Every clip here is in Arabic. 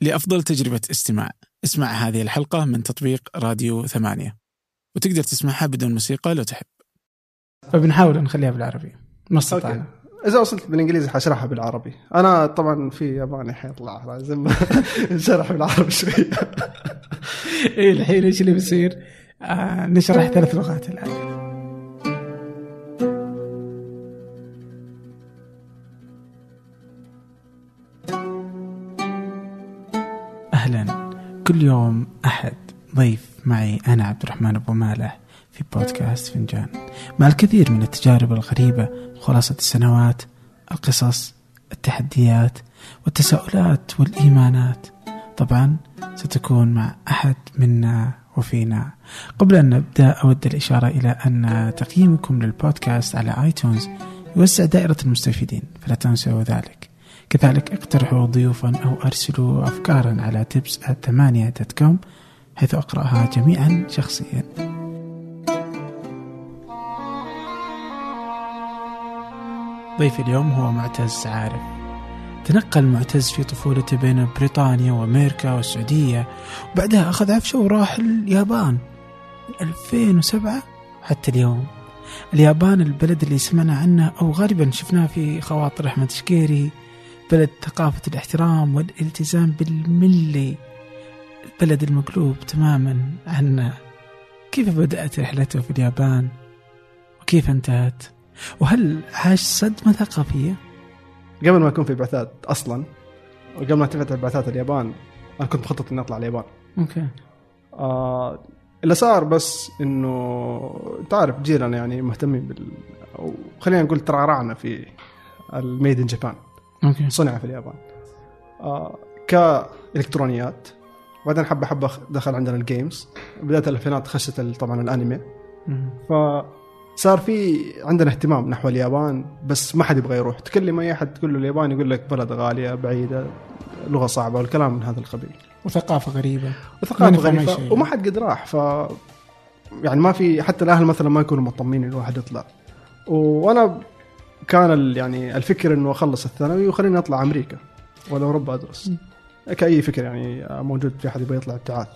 لأفضل تجربة استماع. اسمع هذه الحلقة من تطبيق راديو 8، وتقدر تسمعها بدون موسيقى لو تحب. فبنحاول نخليها بالعربي ما استطعنا. إذا وصلت بالإنجليزي حشرحها بالعربي. أنا طبعا في ياباني حيطلع لازم نشرح بالعربي شوية. إيه الحين إيش اللي بيصير؟ نشرح 3 لغات الآن. أهلا، كل يوم أحد ضيف معي أنا عبد الرحمن أبو مالح في بودكاست فنجان، مع الكثير من التجارب الغريبة، خلاصة السنوات، القصص، التحديات والتساؤلات والإيمانات. طبعا ستكون مع أحد منا وفينا. قبل أن نبدأ أود الإشارة إلى أن تقييمكم للبودكاست على آيتونز يوسع دائرة المستفيدين، فلا تنسوا ذلك. كذلك اقترحوا ضيوفا أو أرسلوا أفكارا على tips@8.com حيث أقرأها جميعا شخصيا. ضيف اليوم هو معتز عارف. تنقل معتز في طفولته بين بريطانيا وأمريكا والسعودية، وبعدها أخذ عفشه وراح اليابان من 2007 حتى اليوم. اليابان البلد اللي سمعنا عنه أو غالبا شفناه في خواطر أحمد شقيري، بلد ثقافة الاحترام والالتزام بالملي، البلد المقلوب تماما عنا. كيف بدأت رحلته في اليابان وكيف انتهت؟ وهل عاش صدمة ثقافية؟ قبل ما يكون في بعثات أصلا، وقبل ما تفتح بعثات اليابان، أنا كنت مخطط إني أطلع اليابان. أوكي. اللي صار بس إنه تعرف جيران يعني مهتمين أو خلينا نقول ترعرعنا في الميد إن جابان. أوكي. صنع في اليابان كإلكترونيات. بعدين حبة دخل عندنا الجيمز. بداية الألفينات خشت طبعا الأنمي. فصار في عندنا اهتمام نحو اليابان، بس ما حد يبغى يروح. تكلم أي أحد تقول له اليابان يقول لك بلد غالية بعيدة، لغة صعبة والكلام من هذا القبيل، وثقافة غريبة وما حد قد راح. يعني ما في حتى الأهل مثلا ما يكونوا مطمئنين الواحد يطلع. وأنا كان يعني الفكر إنه أخلص الثانوي وخليني أطلع أمريكا ولا أوروبا أدرس. كأي فكر يعني موجود في أحد يبغى يطلع ابتعاث.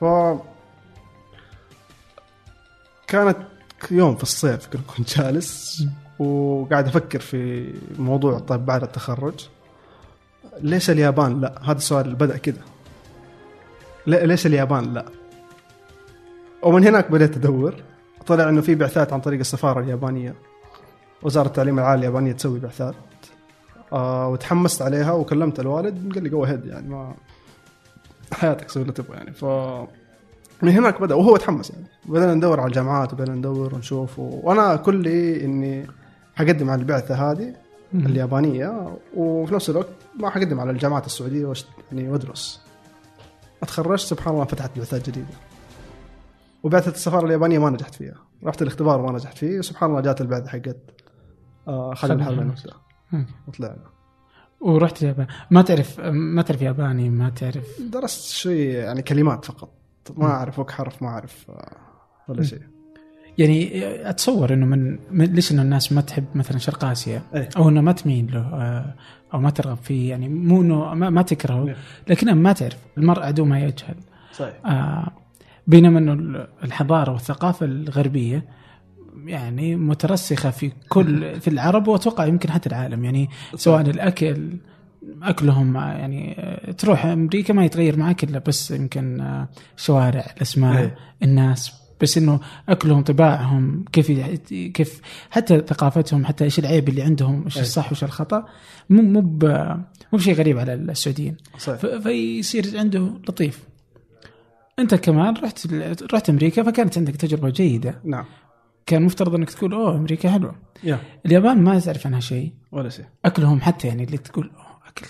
كانت يوم في الصيف كنت جالس وقاعد أفكر في موضوع، طيب بعد التخرج ليش اليابان لا؟ هذا السؤال بدأ كده، ليش اليابان لا؟ ومن هناك بدأت أدور. طلع إنه في بعثات عن طريق السفارة اليابانية، وزارة التعليم العالي اليابانية تسوي بعثات. وتحمست عليها وكلمت الوالد، قال لي جو هيد، يعني ما حياتك سوي اللي تبغى يعني. من هناك بدأ، وهو تحمس يعني. بدأنا ندور على الجامعات وبدأنا ندور ونشوف. وأنا كلي إني حقدم على البعثة هذه اليابانية، وفي نفس الوقت ما حقدم على الجامعات السعودية يعني وادرس. اتخرجت سبحان الله فتحت بعثات جديدة، وبعثة السفارة اليابانية ما نجحت فيها. رحت الاختبار وما نجحت فيه، سبحان الله جات البعثة حقت خلينا نحاول نبدأ. وطلعنا ورحت اليابان. ما تعرف ياباني؟ ما تعرف؟ درست شيء يعني كلمات فقط، ما أعرف وك حرف، ما أعرف ولا شيء. يعني أتصور إنه من ليش إنه الناس ما تحب مثلا شرق آسيا، أو إنه ما تميل له، أو ما ترغب فيه. يعني مو إنه ما تكرهه، لكنها ما تعرف. المرء عدو ما يجهل. صحيح. بينما إنه الحضارة والثقافة الغربية يعني مترسخة في العرب، وأتوقع يمكن حتى العالم. يعني سواء الأكل، أكلهم يعني تروح أمريكا ما يتغير معك إلا بس يمكن شوارع، الأسماء، الناس، بس إنه أكلهم، طباعهم، كيف حتى ثقافتهم، حتى إيش العيب اللي عندهم، إيش الصح وإيش الخطأ، مو بشيء غريب على السعوديين. فيصير عنده لطيف. أنت كمان رحت أمريكا، فكانت عندك تجربة جيدة. نعم. كان مفترض أنك تقول أمريكا حلوة. اليابان ما تعرف عنها شيء ولا شيء. أكلهم حتى يعني اللي تقول أكل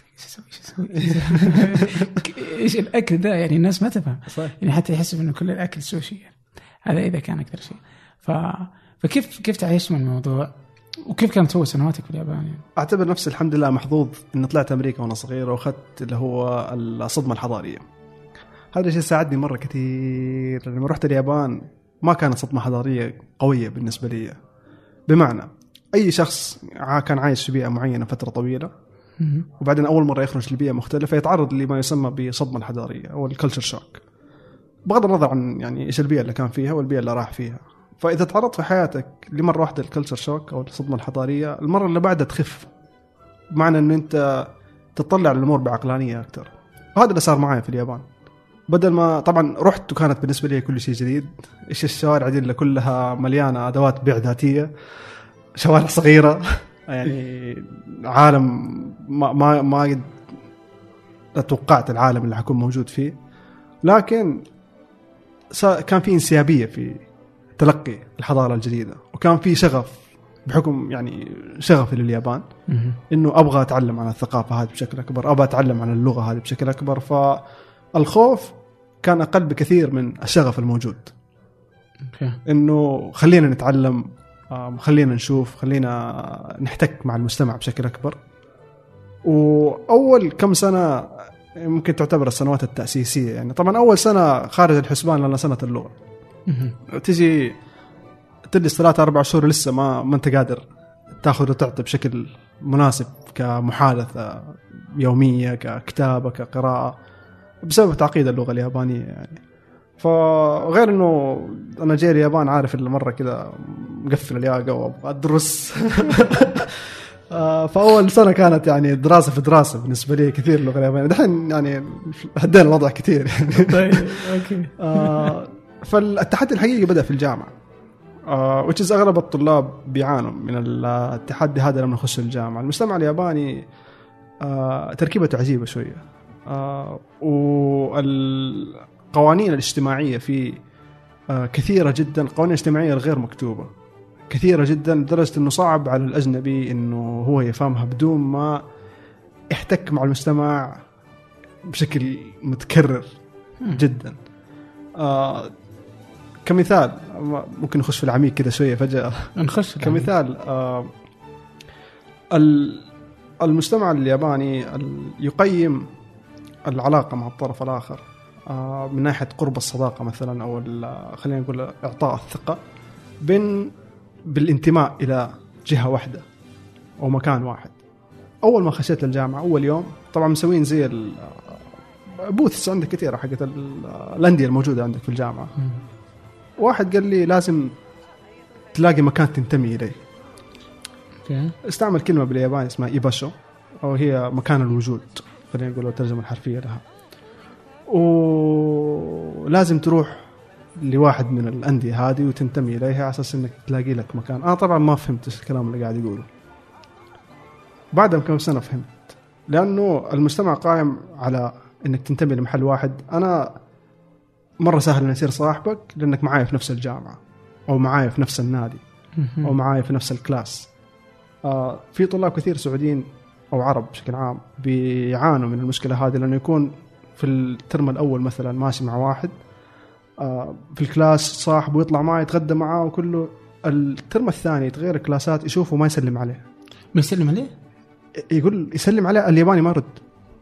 إيش الأكل ده، يعني الناس ما تفهم. يعني حتى يحسب إنه كل الأكل سوشي يعني. هذا إذا كان أكثر شيء. فكيف تعيش من الموضوع، وكيف كانت هو سنواتك في اليابان؟ يعني أعتبر نفسي الحمد لله محظوظ إن طلعت أمريكا وأنا صغير، وأخذت اللي هو الصدمة الحضارية. هذا الشيء ساعدني مرة كثير. لما رحت اليابان ما كانت صدمة حضارية قوية بالنسبة لي، بمعنى أي شخص كان عايش في بيئة معينة فترة طويلة وبعدين أول مرة يخرج لبيئة مختلفة يتعرض لما يسمى بصدمة الحضارية أو الكلتشر شوك، بغض النظر عن يعني إيش البيئة اللي كان فيها والبيئة اللي راح فيها. فإذا تعرضت في حياتك لمرة واحدة الكلتشر شوك أو الصدمة الحضارية، المرة اللي بعدها تخف، بمعنى أن أنت تطلع على الأمور بعقلانية أكتر. وهذا اللي صار معي في اليابان. بدل ما طبعا رحت وكانت بالنسبة لي كل شيء جديد، إيش الشوارع دي اللي كلها مليانة أدوات بيع ذاتية، شوارع صغيرة يعني عالم ما قد توقعت العالم اللي حكون موجود فيه. لكن كان في انسيابية في تلقي الحضارة الجديدة، وكان في شغف بحكم يعني شغفي لليابان إنه أبغى أتعلم عن الثقافة هذه بشكل أكبر، أبغى أتعلم عن اللغة هذه بشكل أكبر. فالخوف كان أقل بكثير من الشغف الموجود. إنه خلينا نتعلم، خلينا نشوف، خلينا نحتك مع المجتمع بشكل أكبر. وأول كم سنة ممكن تعتبر السنوات التأسيسية، يعني طبعا أول سنة خارج الحسبان لأن سنة اللغة، تجي تدرس 3-4 شهور لسه ما أنت قادر تأخذ وتعطي بشكل مناسب كمحادثة يومية، ككتابة، كقراءة، بسبب تعقيد اللغة اليابانية يعني. فغير إنه أنا جاي اليابان عارف اللي مرة كذا مقفل الياقة وأبغى أدرس فأول سنة كانت يعني دراسة في دراسة بالنسبة لي كثير اللغة اليابانية. دحين يعني هدينا الوضع كثير يعني. طيب أوكي. فالتحدي الحقيقي بدأ في الجامعة، which is أغلب الطلاب بيعانوا من التحدي هذا لما يخشوا الجامعة. المجتمع الياباني تركيبته عجيبة شوية، والقوانين الاجتماعية فيه كثيرة جدا، القوانين الاجتماعية الغير مكتوبة كثيرة جدا، لدرجة أنه صعب على الأجنبي أنه هو يفهمها بدون ما يحتك مع المجتمع بشكل متكرر جدا. كمثال ممكن نخش في العميق كده شوية فجأة نخش كمثال المجتمع الياباني يقيم العلاقة مع الطرف الآخر من ناحية قرب الصداقة مثلا، أو خلينا نقول إعطاء الثقة بالانتماء إلى جهة واحدة أو مكان واحد. أول ما خشيت الجامعة أول يوم طبعا مسوين زي البوثس عندك كثيرة حقت الأندية الموجودة عندك في الجامعة. واحد قال لي لازم تلاقي مكان تنتمي إليه. استعمل كلمة بالياباني اسمها إيباشو، أو هي مكان الوجود، خلينا نقول الترجمة الحرفية لها. ولازم تروح لواحد من الأندية هذه وتنتمي إليها على أساس إنك تلاقي لك مكان. أنا طبعا ما فهمت الكلام اللي قاعد يقوله، بعد كم سنة فهمت، لأنه المجتمع قائم على إنك تنتمي لمحل واحد. أنا مرة سهل إن يصير صاحبك لأنك معايا في نفس الجامعة، أو معايا في نفس النادي، أو معايا في نفس الكلاس. في طلاب كثير سعوديين أو عرب بشكل عام بيعانوا من المشكلة هذه، لأنه يكون في الترم الأول مثلا ماشي مع واحد في الكلاس صاحبه يطلع معه يتغدى معه وكله، الترم الثاني يتغير الكلاسات يشوفه ما يسلم عليه. ما يسلم عليه؟ يقول يسلم عليه الياباني ما رد.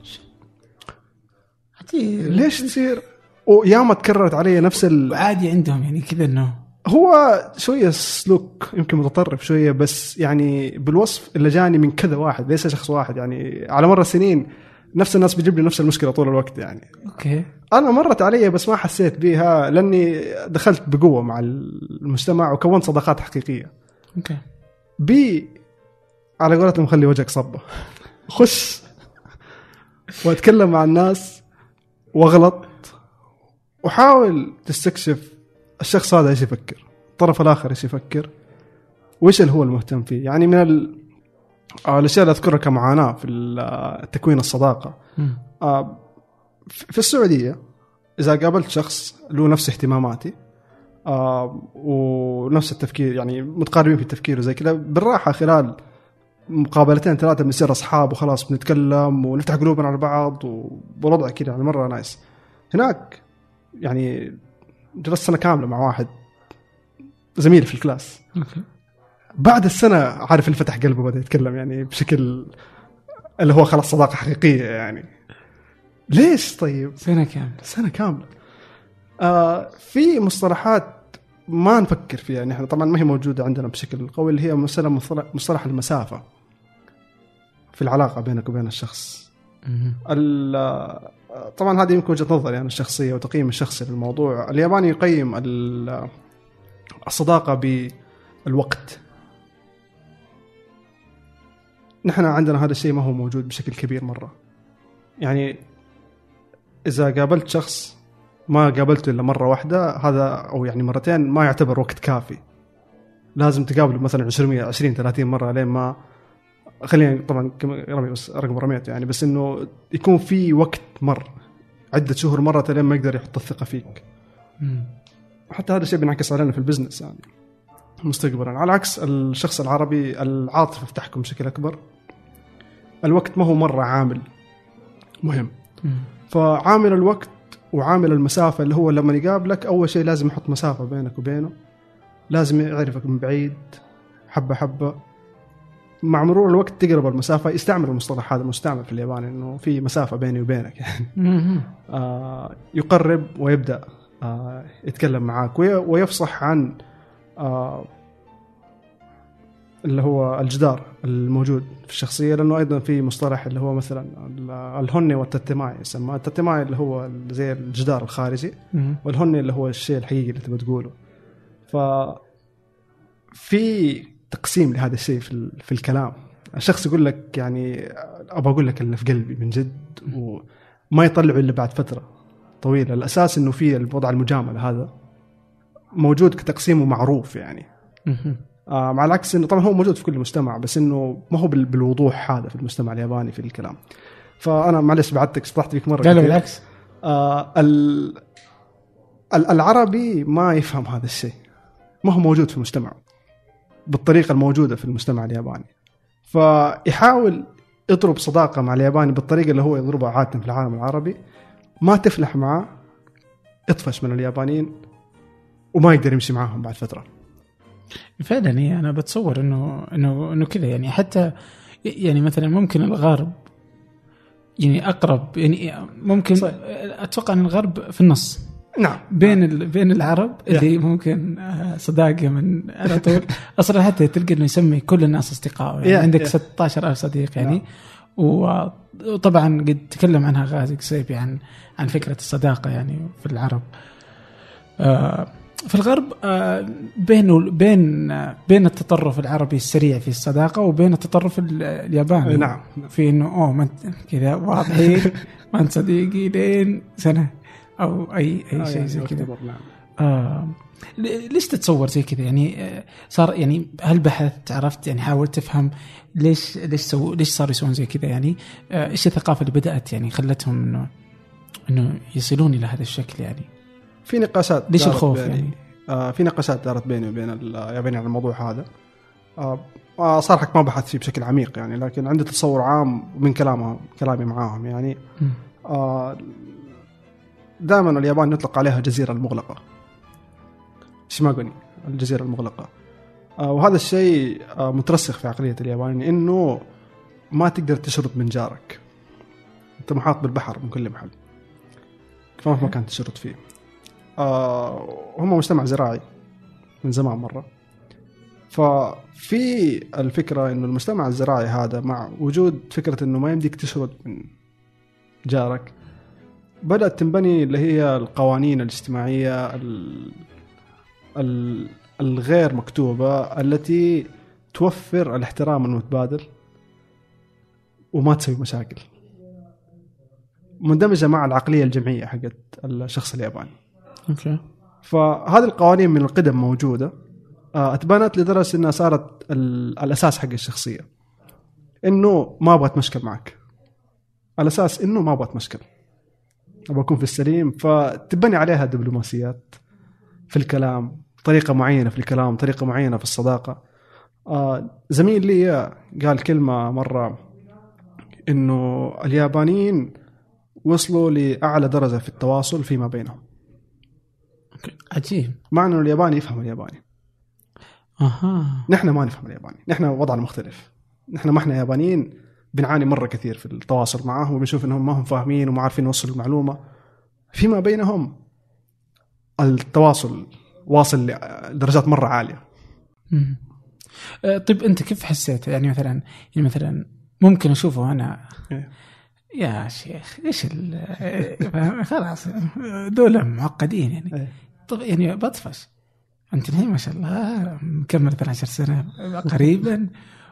ليش تصير؟ وياما تكررت علي نفس عادي عندهم يعني كذا، انه هو شويه سلوك يمكن متطرف شويه، بس يعني بالوصف اللي جاني من كذا واحد، ليس شخص واحد، يعني على مر السنين نفس الناس بيجيب لي نفس المشكله طول الوقت يعني. اوكي انا مرت علي بس ما حسيت بيها، لاني دخلت بقوه مع المجتمع وكونت صداقات حقيقيه. اوكي على قولتهم خلي وجهك صبه، خش واتكلم مع الناس واغلط، وحاول تستكشف الشخص هذا ايش يفكر، الطرف الاخر ايش يفكر، وايش اللي هو المهتم فيه. يعني من الاشياء اللي اذكرها كمعاناه في تكوين الصداقه في السعوديه، اذا قابلت شخص له نفس اهتماماتي ونفس التفكير، يعني متقاربين في التفكير وزي كذا، بالراحه خلال مقابلتين 3 بنصير اصحاب وخلاص بنتكلم ونفتح قلوبنا على بعض ووضع كذا، يعني مره نايس. هناك يعني جلست سنه كامله مع واحد زميل في الكلاس. بعد السنه عارف اللي فتح قلبه بدأ يتكلم يعني بشكل اللي هو خلاص صداقه حقيقيه يعني. ليش؟ طيب سنه كامله في مصطلحات ما نفكر فيها يعني، احنا طبعا ما هي موجوده عندنا بشكل قوي، اللي هي مصطلح المسافه. في العلاقة بينك وبين الشخص. طبعا هذه يمكن وجهة نظري يعني الشخصية وتقييم الشخصي للموضوع. الياباني يقيم الصداقة بالوقت. نحن عندنا هذا الشيء ما هو موجود بشكل كبير مرة. يعني إذا قابلت شخص ما قابلته إلا مرة واحدة هذا أو يعني مرتين ما يعتبر وقت كافي. لازم تقابله مثلا 20-30 مرة لين ما خلينا طبعا رمي بس رقم رميته يعني بس إنه يكون في وقت مر عدة شهور مرة لين ما يقدر يحط الثقة فيك. حتى هذا الشيء بينعكس علينا في البزنس يعني مستقبلا. على عكس الشخص العربي العاطفة بتحكم بشكل أكبر. الوقت ما هو مرة عامل مهم. فعامل الوقت وعامل المسافة اللي هو لما يقابلك أول شيء لازم يحط مسافة بينك وبينه. لازم يعرفك من بعيد حبة حبة. مع مرور الوقت تقرب المسافة. يستعمل المصطلح هذا مستعمل في اليابان إنه في مسافة بيني وبينك يعني. يقرب ويبدأ يتكلم معاك ويفصح عن اللي هو الجدار الموجود في الشخصية. لأنه أيضا في مصطلح اللي هو مثلا الهوني والتتماي يسمى. التتماي اللي هو زي الجدار الخارجي والهوني اللي هو الشيء الحقيقي اللي تبغى تقوله. ففي تقسيم لهذا الشيء في الكلام. الشخص يقول لك يعني أبغى أقول لك اللي في قلبي من جد وما يطلعه إلا بعد فترة طويلة. الأساس إنه في الوضع المجاملة هذا موجود كتقسيمه معروف يعني. مع العكس إنه طبعا هو موجود في كل مجتمع بس إنه ما هو بالوضوح هذا في المجتمع الياباني في الكلام. فأنا معلش بعدتك صلحت بك مرة. لا بالعكس. العربي ما يفهم هذا الشيء. ما هو موجود في المجتمع بالطريقة الموجودة في المجتمع الياباني. فيحاول يضرب صداقة مع الياباني بالطريقة اللي هو يضربها عادة في العالم العربي. ما تفلح معه. اطفش من اليابانيين وما يقدر يمشي معهم بعد فترة. فعلا أنا بتصور إنه كذا يعني. حتى يعني مثلا ممكن الغرب يعني أقرب يعني ممكن صحيح. أتوقع أن الغرب في النص. نعم. بين العرب اللي ممكن صداقة من على طول. أصلا حتى تلقى إنه يسمي كل الناس أصدقاء يعني. عندك 16,000 صديق يعني. نعم. وطبعا قد تكلم عنها غازي قصيبي عن فكرة الصداقة يعني في العرب. في الغرب بين التطرف العربي السريع في الصداقة وبين التطرف الياباني. نعم. في إنه ما كذا واضحين ما أنت صديقي لين سنة أو أي شيء زي كذا. ليش تتصور زي كذا يعني؟ صار يعني هل بحثت عرفت يعني حاولت تفهم ليش صار يسوون زي كذا يعني؟ إيش الثقافة اللي بدأت يعني خلتهم إنه يصلون إلى هذا الشكل يعني؟ في نقاشات. ليش الخوف يعني؟ في نقاشات دارت بيني وبين اليابانيين على الموضوع هذا. صراحة ما بحثت فيه بشكل عميق يعني لكن عندي تصور عام من كلامي معاهم يعني. دائما اليابان يطلق عليها جزيرة المغلقة. شيماغوني الجزيرة المغلقة. وهذا الشيء مترسخ في عقلية اليابانيين إنه ما تقدر تشرد من جارك. أنت محاط بالبحر من كل محل. فما في مكان تشرد فيه. هم مجتمع زراعي من زمان مرة. ففي الفكرة إنه المجتمع الزراعي هذا مع وجود فكرة إنه ما يمديك تشرد من جارك بدأت تنبني اللي هي القوانين الاجتماعية الغير مكتوبة التي توفر الاحترام المتبادل وما تسوي مشاكل مندمجة مع العقلية الجمعية حقت الشخص الياباني. أوكي. فهذه القوانين من القدم موجودة. اتبنت لدرجة انها صارت الاساس حق الشخصية انه ما ابغى اتمشكل معك. الاساس انه ما ابغى اتمشكل ابغى اكون في السليم. فتبني عليها دبلوماسيات في الكلام طريقة معينة في الكلام طريقة معينة في الصداقة. زميل لي قال كلمة مرة انه اليابانيين وصلوا لأعلى درجة في التواصل فيما بينهم. عجيب. معنى انه الياباني يفهم الياباني. نحن ما نفهم الياباني. نحن وضعنا مختلف. نحن ما احنا يابانيين بنعاني مرة كثير في التواصل معهم وبنشوف انهم ما هم فاهمين وما عارفين يوصلوا المعلومة. فيما بينهم التواصل واصل لدرجات مرة عالية. طيب انت كيف حسيت يعني مثلا ممكن أشوفه أنا يا شيخ إيش خلاص دول معقدين يعني. طب يعني بطفش أنت الحين ما شاء الله مكمل 12 سنة قريبا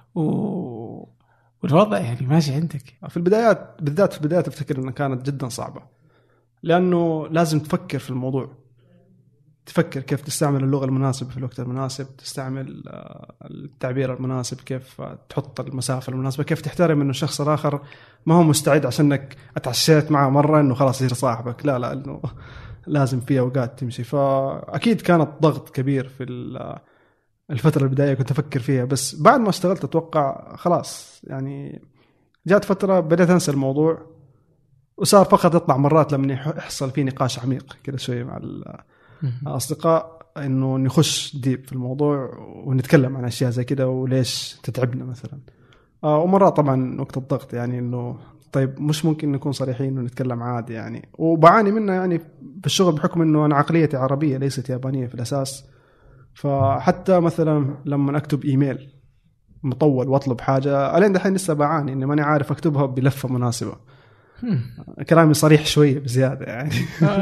والوضع يعني ماشي عندك. في البدايات بالذات في البدايات أفتكر أنها كانت جدا صعبة، لأنه لازم تفكر في الموضوع، تفكر كيف تستعمل اللغة المناسبة في الوقت المناسب، تستعمل التعبير المناسب، كيف تحط المسافة المناسبة، كيف تحترم إنه الشخص الآخر ما هو مستعد عشانك اتعشيت معه مرة إنه خلاص يصير صاحبك، لا إنه لازم في أوقات تمشي. فأكيد كانت ضغط كبير في الفترة البداية كنت أفكر فيها، بس بعد ما اشتغلت أتوقع خلاص يعني جات فترة بدأت أنسى الموضوع، وصار فقط يطلع مرات لما يحصل فيه نقاش عميق كده شوية مع الأصدقاء إنه نخش ديب في الموضوع ونتكلم عن أشياء زي كده وليش تتعبنا مثلا. ومرات طبعا وقت الضغط يعني إنه طيب مش ممكن نكون صريحين ونتكلم عادي يعني، وبعاني منه يعني في الشغل بحكم إنه أنا عقليتي عربية ليست يابانية في الأساس. فحتى مثلا لما أكتب إيميل مطول وأطلب حاجة ألين دحين لسه بعاني إني ماني عارف أكتبها بلفة مناسبة. كلامي صريح شوية بزيادة يعني.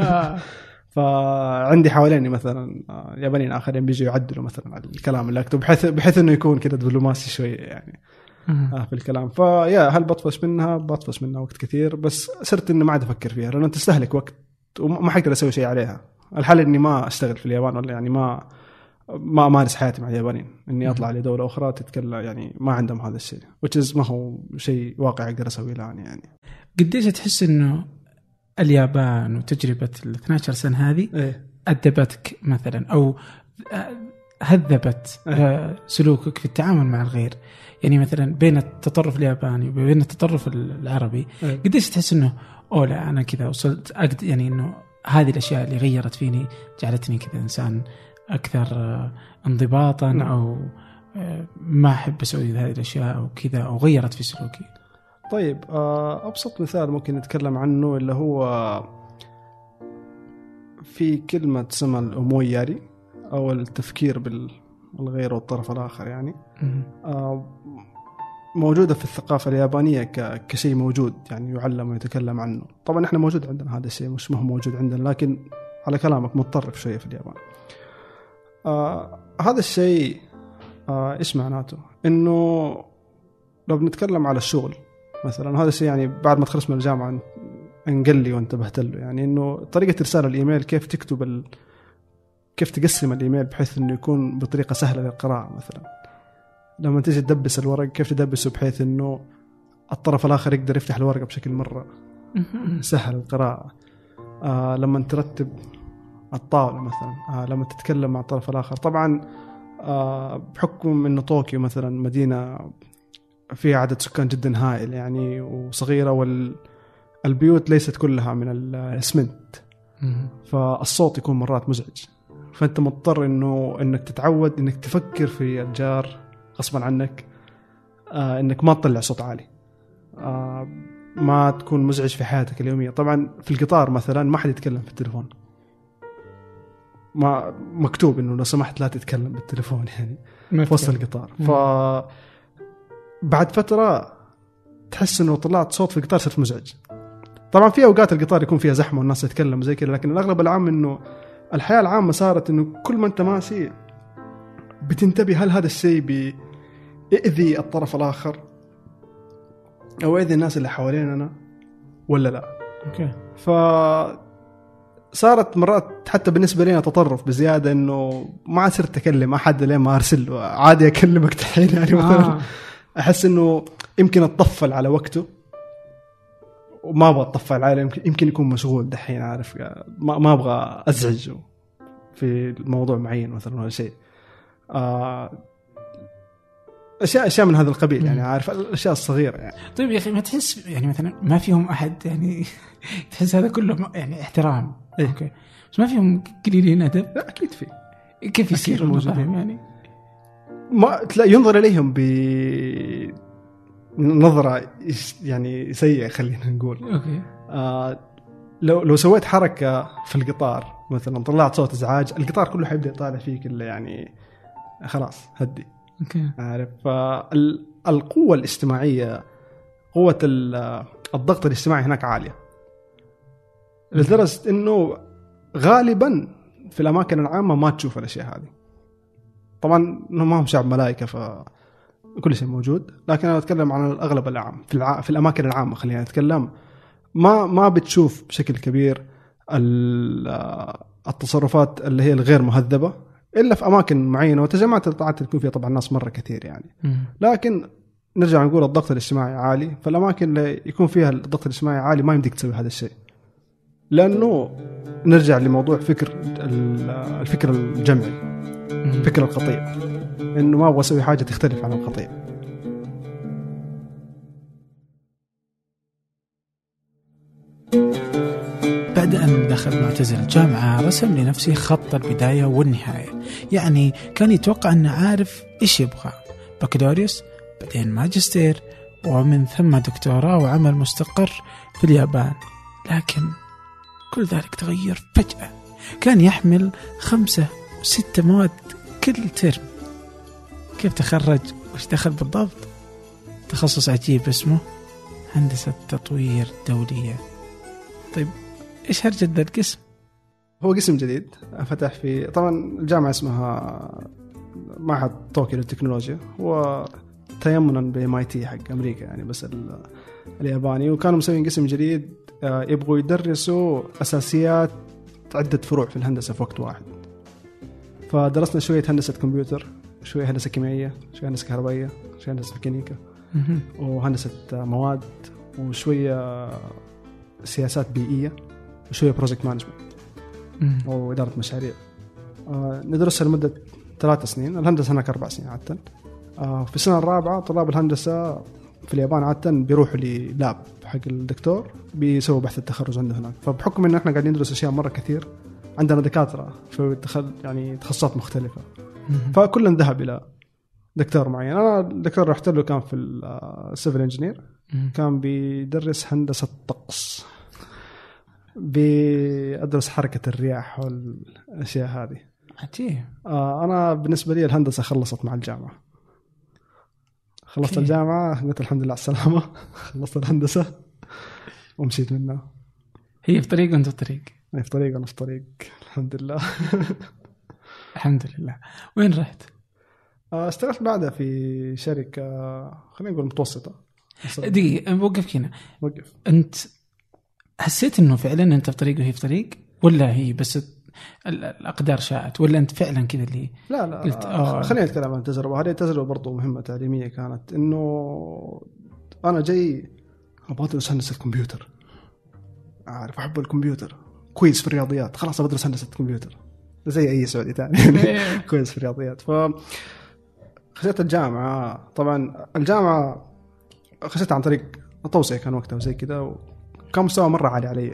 فعندي حواليني مثلا يابانيين آخرين بيجوا يعدلوا مثلا على الكلام اللي أكتب بحيث إنه يكون كده دبلوماسي شوية يعني في الكلام. فيا هل بطفش منها وقت كثير، بس صرت إني ما عاد أفكر فيها لأنه تستهلك وقت وما حقدر أسوي شيء عليها. الحل إني ما أشتغل في اليابان، ولا يعني ما أمارس حياتي مع اليابانيين، إني أطلع لدولة أخرى تتكلم يعني ما عندهم هذا الشيء، ما هو شيء واقع أقدر أسويه الآن يعني. قديش تحس إنه اليابان وتجربة 12 سنة هذه أدبتك مثلا أو هذبت سلوكك في التعامل مع الغير؟ يعني مثلا بين التطرف الياباني وبين التطرف العربي قديش تحس إنه لا أنا كذا وصلت يعني إنه هذه الأشياء اللي غيرت فيني جعلتني كذا إنسان أكثر انضباطا أو ما أحب أسوي هذه الأشياء أو كذا، أو غيرت في سلوكي؟ طيب أبسط مثال ممكن نتكلم عنه اللي هو في كلمة اسمها الأوموياري أو التفكير بالغير والطرف الآخر يعني. موجودة في الثقافة اليابانية كشيء موجود يعني يعلم ويتكلم عنه. طبعا احنا موجود عندنا هذا الشيء، مش ما هو موجود عندنا، لكن على كلامك متطرف شوية في اليابان. هذا الشيء إيش معناته؟ إنه لو بنتكلم على الشغل مثلا، هذا الشيء يعني بعد ما تخلص من الجامعة انقل لي وانتبهت له، يعني إنه طريقة إرسال الإيميل كيف تكتب كيف تقسم الإيميل بحيث إنه يكون بطريقة سهلة للقراءة. مثلا لما تيجي تدبس الورق كيف تدبسه بحيث إنه الطرف الآخر يقدر يفتح الورقة بشكل مرة سهل القراءة. لما ترتب الطاولة مثلا، لما تتكلم مع الطرف الآخر. طبعا بحكم إنه طوكيو مثلا مدينة فيها عدد سكان جدا هائل يعني وصغيرة، والبيوت ليست كلها من الإسمنت، فالصوت يكون مرات مزعج، فأنت مضطر إنك تتعود إنك تفكر في الجار غصبا عنك، إنك ما تطلع صوت عالي، ما تكون مزعج في حياتك اليومية. طبعا في القطار مثلا ما حد يتكلم في التليفون، ما مكتوب إنه لو سمحت لا تتكلم بالتليفون يعني في وسط القطار. بعد فترة تحس إنه طلعت صوت في القطار صرت مزعج. طبعا في أوقات القطار يكون فيها زحمة والناس يتكلم زي كده، لكن الأغلب العام إنه الحياة العامة صارت إنه كل ما أنت ماشي بتنتبه هل هذا الشيء بيأذي الطرف الآخر أو يأذي الناس اللي حواليننا ولا لا. صارت مرات حتى بالنسبة لنا تطرف بزيادة، إنه ما صرت أكلم أحد لين ما أرسل له، عادي أكلمك تحين يعني مثلا أحس إنه يمكن أتطفل على وقته وما أبغى أتطفل عليه، يمكن يكون مشغول دحين، عارف، ما أبغى أزعجه في الموضوع معين مثلا ولا شيء. أشياء من هذا القبيل يعني، عارف، الأشياء الصغيرة يعني. طيب يا أخي ما تحس يعني مثلا ما فيهم أحد يعني تحس هذا كله يعني احترام أوكي، بس ما فيهم قليلين أدب؟ لا أكيد في. كيف يصير الموضوع يعني؟ ما تلاقي ينظر إليهم بنظرة يعني سيئة خلينا نقول. أوكي. لو سويت حركة في القطار مثلا، طلعت صوت إزعاج، القطار كله حيبدأ يطالع فيك إلا يعني خلاص هدي. أوكي. عارف، القوة الاجتماعية قوة الضغط الاجتماعي هناك عالية لدرجة إنه غالبا في الأماكن العامة ما تشوف الأشياء هذه. طبعا إنه ما هم شعب ملائكة فكل شيء موجود، لكن أنا أتكلم عن الأغلب العام في الأماكن العامة. خلينا نتكلم ما بتشوف بشكل كبير التصرفات اللي هي الغير مهذبة إلا في أماكن معينة، وتجمعات الطاعات تكون فيها طبعا ناس مرة كثير يعني. لكن نرجع نقول الضغط الاجتماعي عالي، فالأماكن اللي يكون فيها الضغط الاجتماعي عالي ما يمديك تسوي هذا الشيء، لأنه نرجع لموضوع الفكر الجمعي، فكر القطيع، إنه ما أبغى أسوي حاجة تختلف عن القطيع. بعد أن دخل معتزل الجامعة رسم لنفسه خط البداية والنهاية، يعني كان يتوقع أنه عارف إيش يبغى، بكالوريوس بعدين ماجستير ومن ثم دكتوراه وعمل مستقر في اليابان. لكن كل ذلك تغير فجأة. كان يحمل 5 و6 مواد كل ترم. كيف تخرج وش دخل بالضبط؟ تخصص عجيب اسمه هندسة تطوير دولية. طيب إيش هرجة ذا القسم؟ هو قسم جديد فتح في طبعا الجامعة اسمها معهد طوكيو للتكنولوجيا، هو تيمنا ب MIT حق أمريكا يعني، بس الياباني. وكانوا مسوين قسم جديد يبغوا يدرسوا أساسيات عدة فروع في الهندسة في وقت واحد. فدرسنا شوية هندسة كمبيوتر، شوية هندسة كيميائية، شوية هندسة كهربائية، شوية هندسة ميكانيكا، وهندسة مواد، وشوية سياسات بيئية، وشوية بروجكت مانجمنت وإدارة مشاريع. ندرسها لمدة 3 سنين. الهندسة هناك 4 سنين عادة. في السنة الرابعة طلاب الهندسة في اليابان عادة بيروحوا للاب حق الدكتور بيسووا بحث التخرج عنده هناك. فبحكم إن إحنا قاعدين ندرس أشياء مرة كثير، عندنا دكاترة في يعني تخصصات مختلفة، فكلنا ذهب إلى دكتور معين. أنا الدكتور رحت له كان في السيفل انجينير، كان بيدرس هندسة طقس، بأدرس حركة الرياح والأشياء هذه. عجيب. أنا بالنسبة لي الهندسة خلصت مع الجامعة. خلصت الجامعة قلت الحمد لله على السلامة، خلصت الهندسة ومشيت منها. هي في طريق وانت في طريق. هي في طريق وانا في طريق الحمد لله. الحمد لله. وين رحت؟ اشتغلت بعدها في شركة خلينا نقول متوسطة. دقيقة بوقف هنا. وقف. أنت حسيت إنه فعلا أنت في طريق وهي في طريق، ولا هي بس الأقدار شاءت، ولا أنت فعلا كذا اللي لا قلت خلينا نتكلم عن التجربة. هذه التجربة برضو مهمة تعليمية كانت، إنه أنا جاي أبغى أدرس هندسة كمبيوتر، أعرف أحب الكمبيوتر، كويس في الرياضيات، خلاص بدرس هندسة كمبيوتر زي أي سعودي تاني كويس في الرياضيات. فخشيت الجامعة. طبعا الجامعة خشيت عن طريق التوصية كان وقتها وزي كذا، وكان مستوى مرة عالي علي،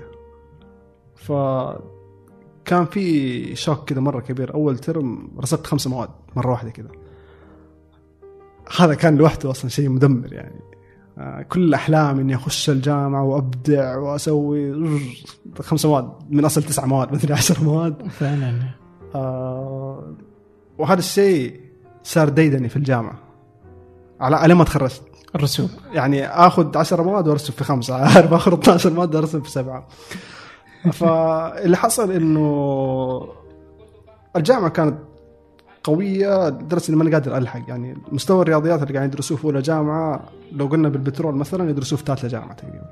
فكان في شوك كذا مرة كبير. أول ترم رسبت 5 مواد مرة واحدة كذا. هذا كان لوحده أصلا شيء مدمر يعني. كل أحلام إني أخش الجامعة وأبدع وأسوي 5 مواد من أصل 9 مواد مثل 10 مواد فعلا. وهذا الشيء صار ديدني في الجامعة على ما تخرجت. الرسوب يعني أخذ 10 مواد وأرسب في 5، عارف أخذ 12 مواد وأرسب في 7. فاللي حصل إنه الجامعة كانت قوية لدرجة إني ما قادر ألحق. يعني مستوى الرياضيات اللي قاعد يدرسوه في أولى جامعة لو قلنا بالبترول مثلا يدرسوه في 3 جامعة تقريبا.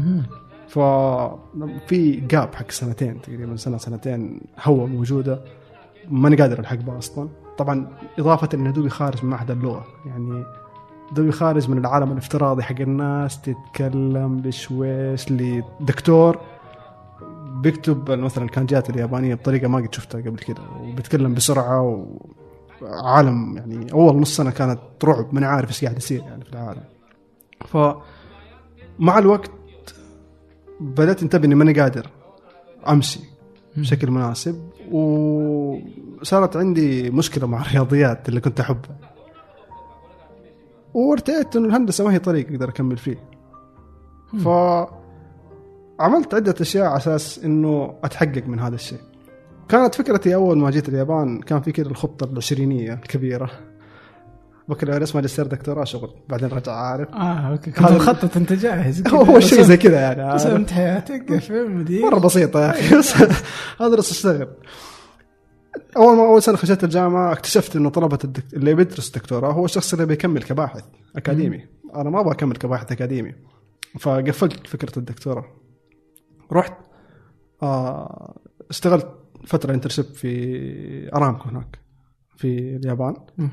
ففي جاب حق 2 تقريبا، 2 هو موجودة ما قادر ألحق بها أصلا. طبعا إضافة إن دوبي خارج من معهد اللغة، يعني دوبي خارج من العالم الافتراضي حق الناس تتكلم بشويش لدكتور بيكتب مثلا الكانجات اليابانية بطريقة ما قد شفتها قبل كده، وبيتكلم بسرعة، وعالم يعني أول نص سنة كانت رعب، من عارف إيش قاعد يصير يعني في العالم. فمع الوقت بدأت انتبه إني ماني قادر أمشي بشكل مناسب، وصارت عندي مشكلة مع الرياضيات اللي كنت أحبها، وارتأيت إنه الهندسة ما هي طريق أقدر أكمل فيه. فعملت عدة أشياء على أساس إنه أتحقق من هذا الشيء. كانت فكرتي أول ما جيت اليابان كان في كده الخطة ال20 الكبيرة، بكالوريوس ماجستير دكتوراه شغل بعدين رجع عارف. اوكي كنت مخطط انت جاهز هو شيء زي كذا يعني رسمت حياتك في مدير مره بسيطه يا اخي ادرس اشتغل. اول سنه خشيت الجامعه اكتشفت انه طلبه اللي بيدرس دكتوراه هو الشخص اللي بيكمل كباحث اكاديمي. انا ما ابغى اكمل كباحث اكاديمي فقفلت فكره الدكتوراه. رحت اشتغلت فتره انترشيب في ارامكو هناك في اليابان.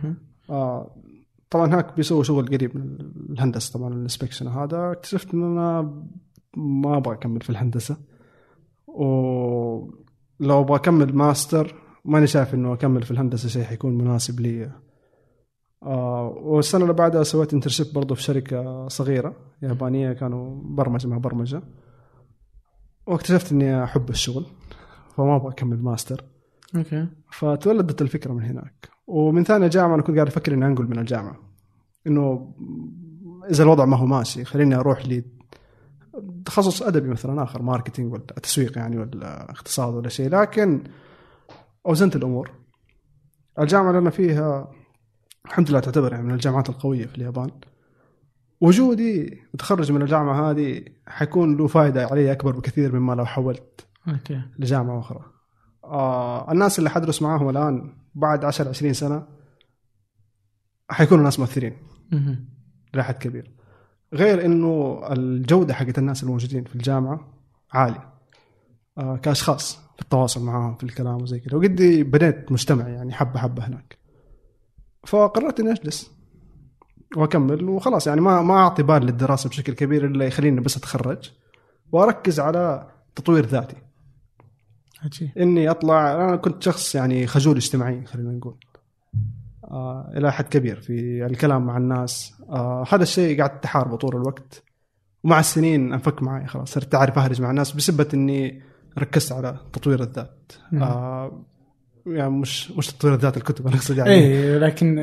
طبعا هناك بيسووا شغل قريب من الهندسه طبعا الانسبكشن. هذا اكتشفت ان انا ما ابغى اكمل في الهندسه ولو ابغى اكمل ماستر ماني شايف انه اكمل في الهندسه شيء حيكون مناسب لي. والسنه اللي بعدها سويت انترشيب برضو في شركه صغيره يابانيه كانوا برمجه واكتشفت اني احب الشغل فما ابغى اكمل ماستر. اوكي. فتولدت الفكره من هناك. ومن ثاني جامعه انا كنت قاعد افكر اني انقل من الجامعه انه اذا الوضع ما هو ماشي خليني اروح لي تخصص ادبي مثلا اخر ماركتينج ولا تسويق يعني ولا اقتصاد ولا شيء. لكن اوزنت الامور. الجامعه اللي انا فيها الحمد لله تعتبر يعني من الجامعات القويه في اليابان. وجودي متخرج من الجامعه هذه حيكون له فائده علي اكبر بكثير مما لو حولت لجامعه اخرى. الناس اللي حدرس معاهم الان بعد 10-20 سنه حيكونوا ناس مؤثرين لحد كبير. غير انه الجوده حقت الناس الموجودين في الجامعه عاليه كاشخاص في التواصل معاهم في الكلام وزي كده. وقدي بنيت مجتمع يعني حبه هناك. فقررت اني اجلس واكمل وخلاص يعني ما اعطي بال للدراسه بشكل كبير الا يخليني بس اتخرج واركز على تطوير ذاتي. اني اطلع. انا كنت شخص يعني خجول اجتماعي خلينا نقول الى حد كبير في الكلام مع الناس. هذا الشيء قاعد تحاربه طول الوقت ومع السنين انفك معي خلاص صرت اعرف اهرج مع الناس بسبب اني ركزت على تطوير الذات. يعني مش تطوير الذات الكتب انا اقصد يعني اي لكن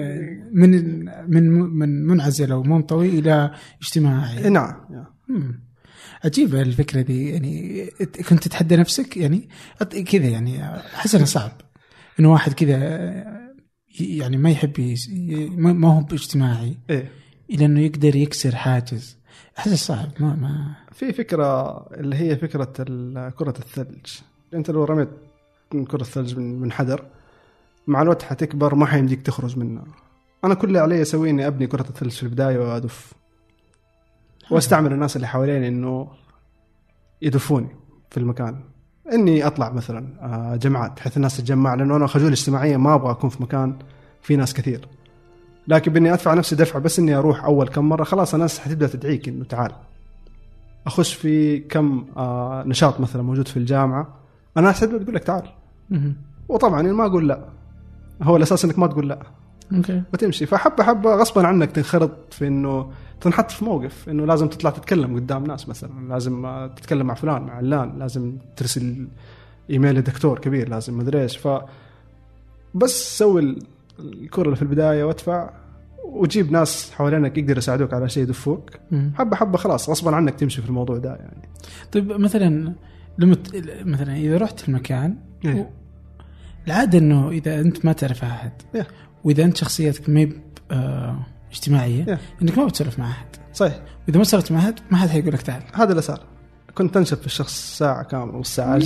من منعزل او منطوي الى اجتماعي. نعم. عجيبه الفكره دي يعني. كنت تتحدى نفسك يعني كذا يعني حسنا صعب انه واحد كذا يعني ما يحب ما هو اجتماعي الى انه يقدر يكسر حاجز. حاجه صعب. ما في فكره اللي هي فكره كره الثلج. انت لو رميت كره الثلج من حدر مع الوقت حتكبر ما حيمديك تخرج منها. انا كل اللي علي اسويه اني ابني كره الثلج في البدايه وادف واستعمل الناس اللي حواليني انه يدفوني في المكان. اني اطلع مثلا جمعات بحيث الناس تتجمع لانه انا خجول اجتماعيا ما ابغى اكون في مكان في ناس كثير. لكن باني ادفع نفسي دفعه بس اني اروح اول كم مره خلاص الناس حتبدا تدعيك انه تعال. اخش في كم نشاط مثلا موجود في الجامعه الناس حتبدا تقول لك تعال. وطبعا ما اقول لا. هو الاساس انك ما تقول لا وتمشي. فحبه غصبا عنك تنخرط في انه تنحط في موقف انه لازم تطلع تتكلم قدام ناس مثلا. لازم تتكلم مع فلان مع علان. لازم ترسل ايميل لدكتور كبير. لازم مدري ايش. بس سوي الكرة اللي في البداية وادفع وجيب ناس حوالينك يقدر يساعدوك على شيء يدفوك. حبه خلاص غصبا عنك تمشي في الموضوع ده يعني. طيب مثلا مثلا اذا رحت المكان العادة انه اذا انت ما تعرف احد واذا انت شخصيتك ما اجتماعية انك ما بتسولف مع احد. صحيح. واذا ما سولفت مع احد ما حد حيقول لك تعال. هذا اللي صار. كنت تنشف في الشخص ساعة كاملة نص ساعة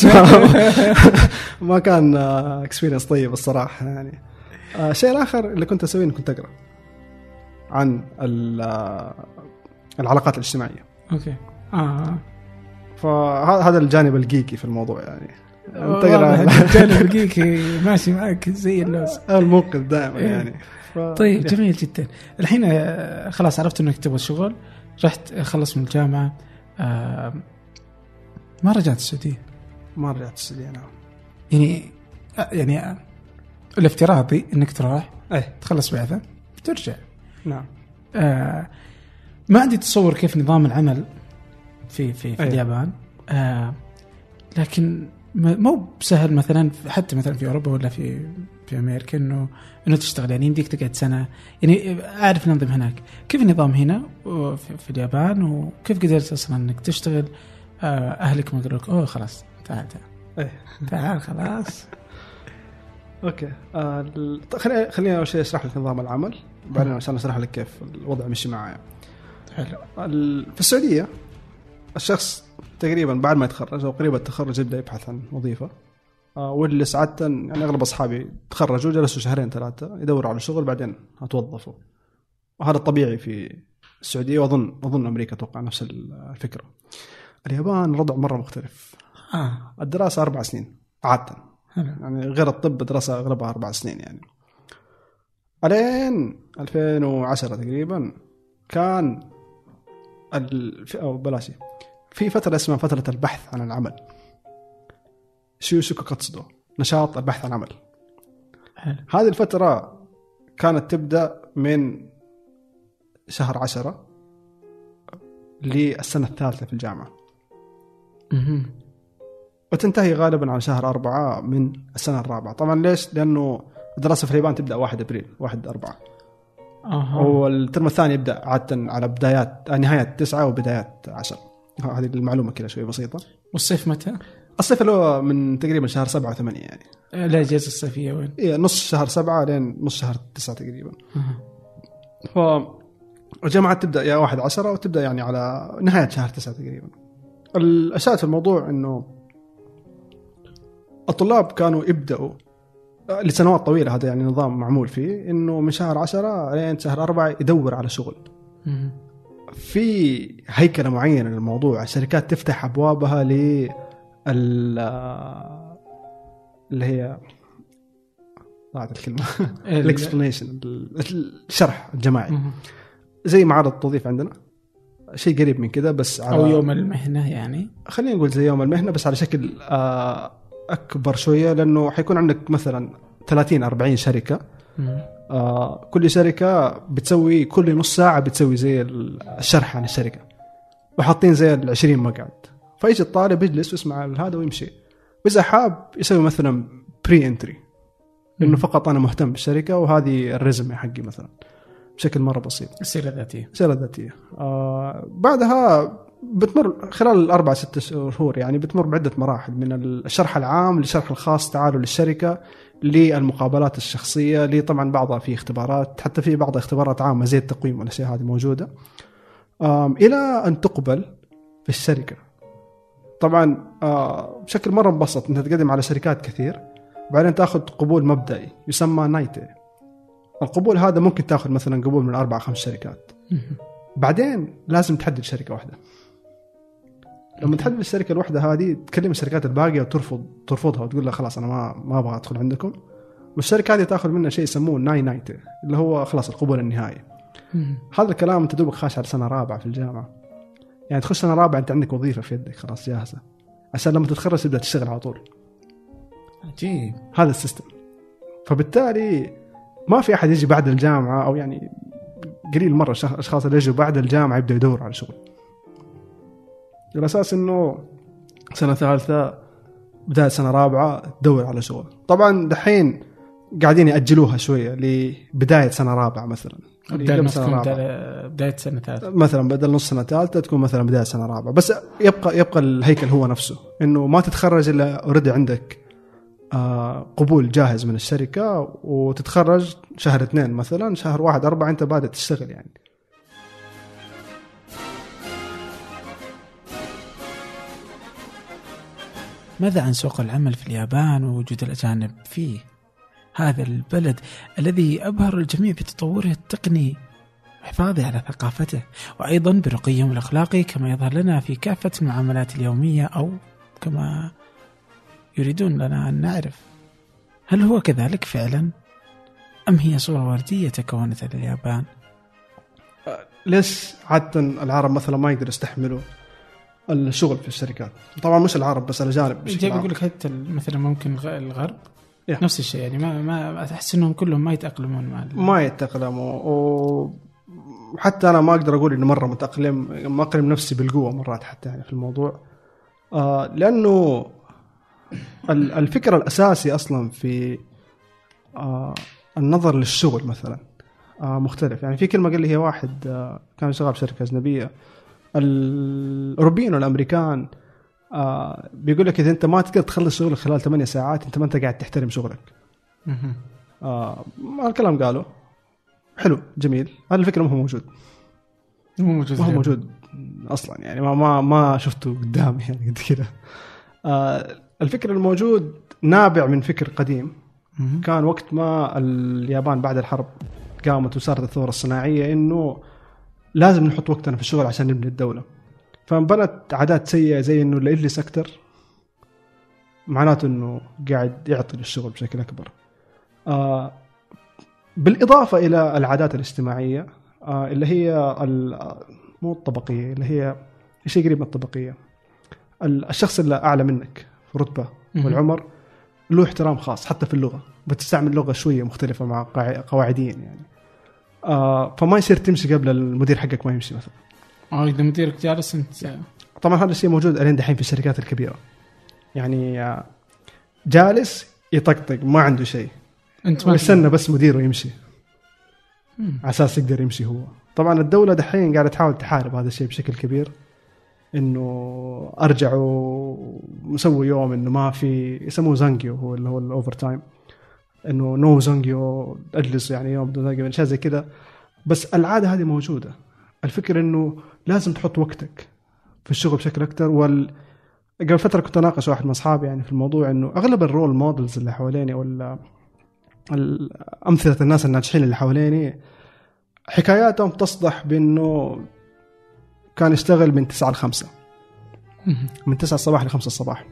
ما كان اكسبيرينس طيب الصراحة يعني. الشيء الآخر اللي كنت أسويه كنت أقرأ عن العلاقات الاجتماعية. أوكي. فهذا الجانب الجيكي في الموضوع يعني. تقرأ الجانب الجيكي ماشي معك زي اللوز الموقف دائما يعني. طيب جميل جدا. الحين خلاص عرفت إنك تبغى شغل. رحت خلص من الجامعة. ما رجعت السعودية. نعم. يعني الافتراضي انك تروح تخلص بعثة بترجع. نعم. ما عندي تصور كيف نظام العمل في اليابان. لكن مو بسهل مثلا حتى مثلا في اوروبا ولا في امريكا انه تشتغل يعني يمديك تقعد سنة. يعني اعرف ننظم هناك كيف النظام هنا في اليابان وكيف قدرت اصلا انك تشتغل. اهلك ما قالوا لك خلاص تعال خلاص. اوكي. خليني اول شيء اشرح لك نظام العمل، بعدين عشان اشرح لك كيف الوضع مشي معايا. حلو. في السعوديه الشخص تقريبا بعد ما يتخرج او قريب التخرج يبدا يبحث عن وظيفه، واللي ساعات يعني اغلب اصحابي تخرجوا جلسوا 2-3 يدوروا على شغل بعدين هتوظفوا، وهذا الطبيعي في السعوديه، واظن امريكا اتوقع نفس الفكره. اليابان الوضع مره مختلف. الدراسه 4 سنين عاده، يعني غير الطب دراسه اغلبها 4 سنين يعني. الين 2010 تقريبا كان او بلاشي في فتره اسمها فتره البحث عن العمل، شو قصده نشاط البحث عن عمل. هذه الفتره كانت تبدا من شهر 10 للسنه الثالثه في الجامعه، وتنتهي غالبا على شهر 4 من السنه الرابعه. طبعا ليش؟ لانه الدراسه في اليابان تبدا 1 ابريل 1/4. والترم الثاني يبدا عاده على بدايات نهايه 9 وبدايات 10. هذه المعلومه كذا شوي بسيطه. والصيف متى؟ الصيف اللي هو من تقريبا شهر 7 و8 يعني. الاجازه الصيفيه وين؟ إيه، نص شهر 7 لين نص شهر 9 تقريبا. فالجامعات تبدا يا 1/10 وتبدا يعني على نهايه شهر 9 تقريبا. الأساس في الموضوع انه الطلاب كانوا يبداوا لسنوات طويله، هذا يعني نظام معمول فيه، انه من شهر 10 لين شهر 4 يدور على شغل. في هيكله معينه للموضوع، الشركات تفتح ابوابها اللي هي ضاعت الكلمه الاكسبلانيشن، الشرح الجماعي، زي معرض التوظيف عندنا، شيء قريب من كذا بس على او يوم المهنه، يعني خلينا نقول زي يوم المهنه بس على شكل اكبر شويه، لانه حيكون عندك مثلا 30-40 شركه. كل شركه بتسوي كل نص ساعه بتسوي زي الشرح عن الشركه، وحاطين زي 20 مقعد، فيجي الطالب يجلس ويسمع هذا ويمشي. وإذا حاب يسوي مثلا بري انتري، انه فقط انا مهتم بالشركه وهذه الريزمي حقي مثلا، بشكل مره بسيط. السيره الذاتيه. بعدها بتمر خلال 4-6 شهور يعني، بتمر بعدة مراحل، من الشرح العام للشرح الخاص، تعالوا للشركة، للمقابلات الشخصية، لي طبعا بعضها في اختبارات، حتى في بعض اختبارات عامة زي التقويم والأشياء هذه موجودة، إلى أن تقبل في الشركة. طبعا بشكل مرة مبسط، أنت تقدم على شركات كثير، بعدين تأخذ قبول مبدئي يسمى نايتي. القبول هذا ممكن تأخذ مثلا قبول من 4-5 شركات، بعدين لازم تحدد شركة واحدة. لما تحدد الشركة الواحدة هذه، تكلم الشركات الباقية وترفضها وتقول لها خلاص أنا ما أبغى أدخل عندكم، والشركة هذه تأخذ منها شيء يسموه نايتي، اللي هو خلاص القبول النهائي. هذا الكلام أنت دوبك خاش على سنة رابعة في الجامعة، يعني تخش سنة رابعة أنت عندك وظيفة في يدك خلاص جاهزة، عشان لما تتخرج تبدأ تشتغل على طول. عجيب هذا السيستم. فبالتالي ما في أحد يجي بعد الجامعة، أو يعني قليل مرة أشخاص اللي يجوا بعد الجامعة يبدأ يدور على شغل، على أساس إنه سنة ثالثة بداية سنة رابعة تدور على شغل. طبعا دحين قاعدين يأجلوها شوية لبداية سنة رابعة مثلا، بداية سنة ثالثة مثلا، بدل نص سنة ثالثة تكون مثلا بداية سنة رابعة، بس يبقى الهيكل هو نفسه، إنه ما تتخرج إلا أوريدي عندك قبول جاهز من الشركة، وتتخرج شهر 2 مثلا، شهر 1/4 أنت بادئ تشتغل يعني. ماذا عن سوق العمل في اليابان ووجود الأجانب فيه؟ هذا البلد الذي أبهر الجميع بتطوره التقني وحفاظه على ثقافته، وأيضا برقيهم الأخلاقي كما يظهر لنا في كافة المعاملات اليومية، أو كما يريدون لنا أن نعرف. هل هو كذلك فعلا؟ أم هي صورة وردية تكونت لليابان؟ ليش عادة العرب مثلا ما يقدروا يستحملوا الشغل في الشركات؟ طبعا مش العرب بس، الأجانب. جاي بقول لك حتى مثلا ممكن الغرب نفس الشيء، يعني ما أحس إنهم كلهم ما يتأقلمون ما يتأقلموا. وحتى أنا ما أقدر أقول إنه مرة متأقلم، ما أقلم نفسي بالقوة مرات حتى يعني في الموضوع، لأنه الفكرة الأساسي أصلا في النظر للشغل مثلا مختلف. يعني في كلمة قال لي هي واحد كان شغال في شركة أجنبية، الأوروبيين والأمريكان بيقول لك إذا أنت ما تقدر تخلص شغلك خلال 8 ساعات أنت ما أنت قاعد تحترم شغلك. الكلام قاله حلو جميل. هذا الفكرة ما هو موجود أصلا يعني ما شفته قدامي يعني قد كده. الفكر الموجود نابع من فكر قديم كان وقت ما اليابان بعد الحرب قامت وصارت الثورة الصناعية إنه لازم نحط وقتنا في الشغل عشان نبني الدولة. فبنت عادات سيئة زي إنه اللي يجلس أكتر معناته إنه قاعد يعطي للشغل بشكل أكبر. بالإضافة إلى العادات الاجتماعية اللي هي مو الطبقية، اللي هي شيء قريب من الطبقية. الشخص اللي أعلى منك في رتبة والعمر له احترام خاص، حتى في اللغة بتستعمل لغة شوية مختلفة مع قواعدين يعني. فما يصير تمشي قبل المدير حقك ما يمشي مثلا. إذا مديرك جالس أنت. طبعا هذا الشيء موجود الآن دحين في الشركات الكبيرة يعني، جالس يطقطق ما عنده شيء، أنت ويستنى بس مديره يمشي على أساس يقدر يمشي هو. طبعا الدولة دحين قاعدة تحاول تحارب هذا الشيء بشكل كبير، إنه أرجعوا مسوي يوم إنه ما في يسموه زانجيو، هو اللي هو الأوفر تايم، إنه نو زانجيو أجلس يعني يوم بدون زانجيو شيء زي كده. بس العادة هذه موجودة. الفكرة إنه لازم تحط وقتك في الشغل بشكل أكتر. قبل فترة كنت أناقش واحد من أصحابي يعني في الموضوع إنه أغلب الرول مودلز اللي حواليني ولا أمثلة الناس الناجحين اللي حواليني حكاياتهم تصدح بأنه كان يشتغل من 9 ل 5 من 9 الصباح ل 5 الصباح.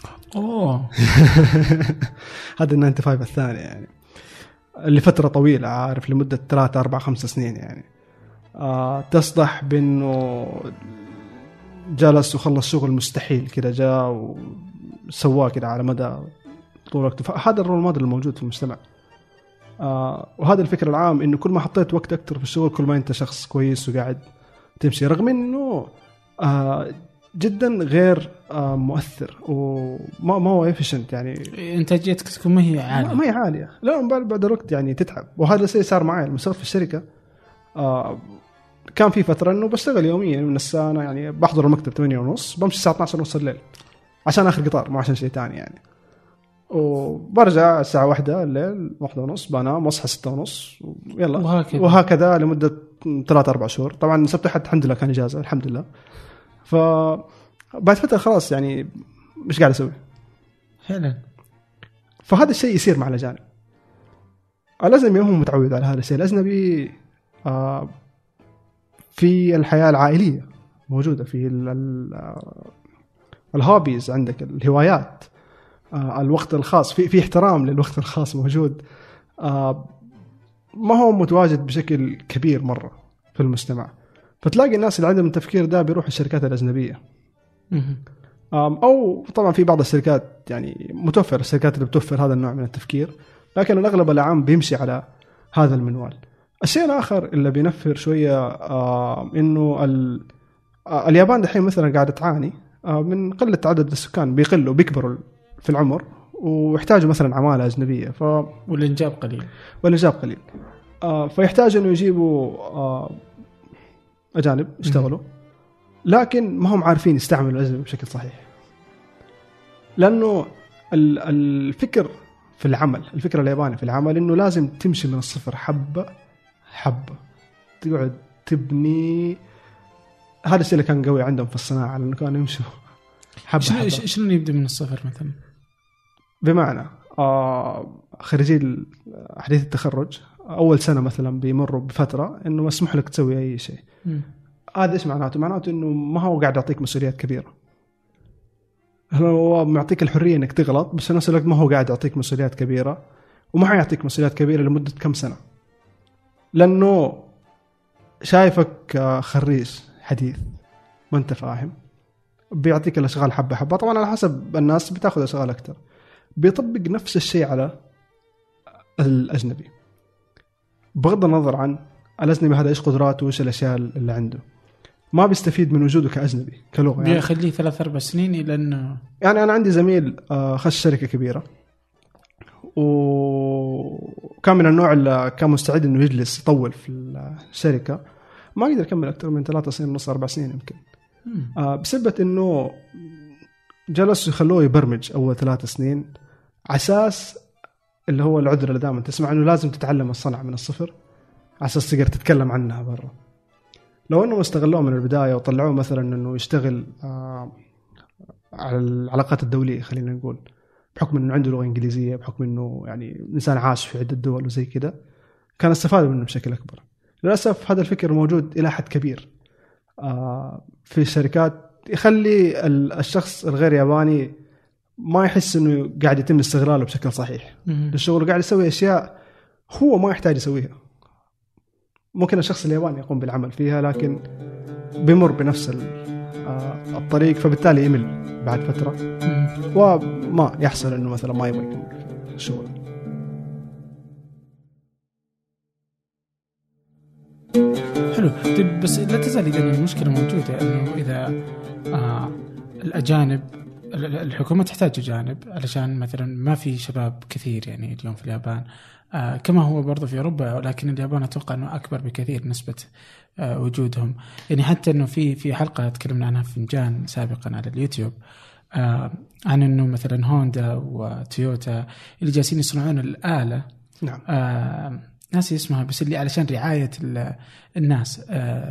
هذا 9 to 5 الثاني يعني لفترة طويلة، عارف، لمدة 3 4 5 سنين يعني. تصدح بأنه جلس وخلص شغل مستحيل كده، جاء وسواه كده على مدى طول وقته. فهذا الرول موديل الموجود في المجتمع. وهذا الفكر العام إنه كل ما حطيت وقت أكتر في الشغل كل ما أنت شخص كويس وقاعد تمشي، رغم إنه جدا غير مؤثر وما هو efficient يعني. إنتاجيتك تكون ما هي عالية، ما هي عالية. لا بعد الوقت يعني تتعب. وهذا الشيء صار معي المشتغل في الشركة. كان في فترة إنه بشتغل يوميا من الساعة يعني بحضر المكتب 8:30 بمشي الساعة 12:30 الليل عشان آخر قطار، مو عشان شيء تاني يعني. وبرجع الساعة 1 الليل 1:30 بنام واصحى 6:30 يلا وهكذا لمدة 3-4 شهور. طبعا سبت أحد الحمد لله كان إجازة الحمد لله. فبعد فترة خلاص يعني مش قاعد أسوي فعلا. فهذا الشيء يصير مع الأجانب. الأجنبي هو متعود على هذا الشيء. الأجنبي في الحياة العائلية موجودة، في الهوبيز عندك، الهوايات، الوقت الخاص، في احترام للوقت الخاص موجود. ما هو متواجد بشكل كبير مرة في المجتمع. فتلاقي الناس اللي عندهم التفكير ده بيروح الشركات الأجنبية. أو طبعا في بعض الشركات يعني متوفر الشركات اللي بتوفر هذا النوع من التفكير، لكن الأغلب العام بيمشي على هذا المنوال. الشيء الآخر اللي بينفر شوية إنه اليابان دحين مثلا قاعدة تعاني من قلة عدد السكان، بيقلوا بيكبروا في العمر ويحتاجوا مثلا عمالة أجنبية والإنجاب قليل. فيحتاجوا إنه يجيبوا أجانب يشتغلوا، لكن ما هم عارفين يستعملوا الأجنبي بشكل صحيح. لأنه الفكر في العمل، الفكرة اليابانية في العمل إنه لازم تمشي من الصفر حبة تقعد تبني. هذا الشيء اللي كان قوي عندهم في الصناعة، لأنه كانوا يمشوا حبة. شنو يبدأ من الصفر مثلا؟ بمعنى خريجي حديث التخرج أول سنة مثلا بيمروا بفترة إنه مسموح لك تسوي أي شيء. هذا إيش معناته؟ معناته إنه ما هو قاعد يعطيك مسؤوليات كبيرة. هو معطيك الحرية إنك تغلط، بس في نفس الوقت ما هو قاعد يعطيك مسؤوليات كبيرة، وما حيعطيك مسؤوليات كبيرة لمدة كم سنة، لأنه شايفك خريج حديث ما أنت فاهم، بيعطيك الأشغال حبة حبة. طبعا على حسب الناس بتاخذ أشغال أكتر. بيطبق نفس الشيء على الأجنبي بغض النظر عن الأجنبي هذا إيش قدراته وإيش الأشياء اللي عنده. ما بيستفيد من وجوده كأجنبي كلغة يعني. بيخليه 3-4 سنين إلى أنه يعني أنا عندي زميل خش شركة كبيرة وكان من النوع اللي كان مستعد إنه يجلس يطول في الشركة، ما قدر يكمل أكثر من 3 سنين ونص 4 سنين يمكن. بسبب إنه جلس يخلوه يبرمج أول 3 سنين عساس اللي هو العذر اللي دائما تسمع انه لازم تتعلم الصنعة من الصفر على اساس تقدر تتكلم عنها برا. لو انهم استغلوه من البداية وطلعوه مثلا انه يشتغل على العلاقات الدولية، خلينا نقول بحكم انه عنده لغة انجليزية، بحكم انه يعني انسان عاش في عدة دول وزي كده، كان استفادوا منه بشكل اكبر. للاسف هذا الفكر موجود الى حد كبير في الشركات، يخلي الشخص الغير ياباني ما يحس انه قاعد يتم استغلاله بشكل صحيح للشغل، قاعد يسوي اشياء هو ما يحتاج يسويها. ممكن الشخص الياباني يقوم بالعمل فيها لكن بيمر بنفس الطريق، فبالتالي يمل بعد فترة وما يحصل انه مثلا ما يبغى يكمل الشغل. حلو. طيب بس لا تزال إذا المشكلة موجودة أنه إذا الأجانب، الحكومة تحتاج أجانب علشان مثلا ما في شباب كثير يعني اليوم في اليابان، كما هو برضو في أوروبا، ولكن اليابان أتوقع أنه أكبر بكثير نسبة وجودهم. يعني حتى أنه في حلقة تكلمنا عنها في فنجان سابقا على اليوتيوب عن أنه مثلا هوندا وتويوتا اللي جالسين يصنعون الآلة، نعم، ناس اسمها بس اللي علشان رعاية الناس،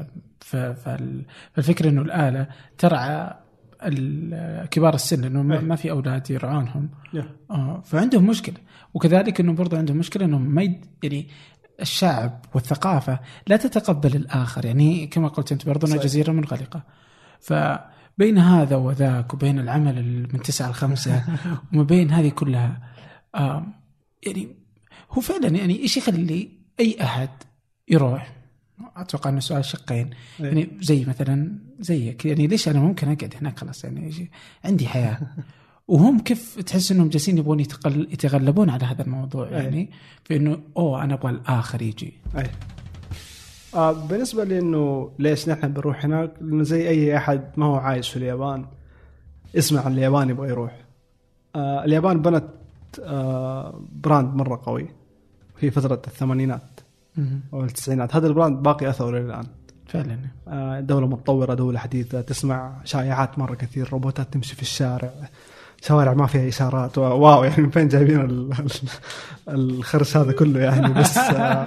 فالفكرة أنه الآلة ترعى كبار السن لأنه ما في أولاد يرعونهم، فعندهم مشكلة. وكذلك أنه برضو عندهم مشكلة أنه يعني الشعب والثقافة لا تتقبل الآخر، يعني كما قلت أنت برضو أنها جزيرة منغلقة، فبين هذا وذاك وبين العمل من 9 ل 5 وما بين هذه كلها يعني هو فعلا يعني إيش يخلي أي أحد يروح؟ أتوقع أنه سؤال شقين. يعني زي مثلا زيك، يعني ليش أنا ممكن أقعد هناك خلاص يعني عندي حياة، وهم كيف تحس أنهم جالسين يبغون يتغلبون على هذا الموضوع، يعني في أنه أنا أبغى الآخر يجي. بالنسبة لي أنه ليش نحن بنروح هناك، لأنه زي أي أحد ما هو عايش في اليابان اسمع عن اليابان يبغى يروح. اليابان بنت براند مرة قوي في فترة الثمانينات أو التسعينات، هذا البراند باقي أثره الآن فعلا. دولة متطورة، دولة حديثة، تسمع شائعات مرة كثير، روبوتات تمشي في الشارع، شوارع ما فيها إشارات، واو يعني من فين جايبين الخرس هذا كله يعني. بس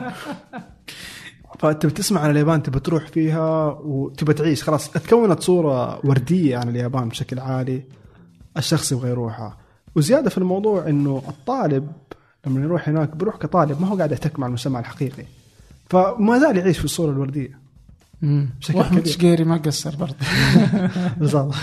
فأنت بتسمع عن اليابان، تبى تروح فيها وتبى تعيش، خلاص اتكونت صورة وردية عن اليابان بشكل عالي، الشخص يبغى يروحها. وزيادة في الموضوع إنه الطالب لما يروح هناك بيروح كطالب، ما هو قاعد يحتك مع المجتمع الحقيقي، فما زال يعيش في الصورة الوردية بشكل كبير. شقيري ما قصر برضه. بالضبط.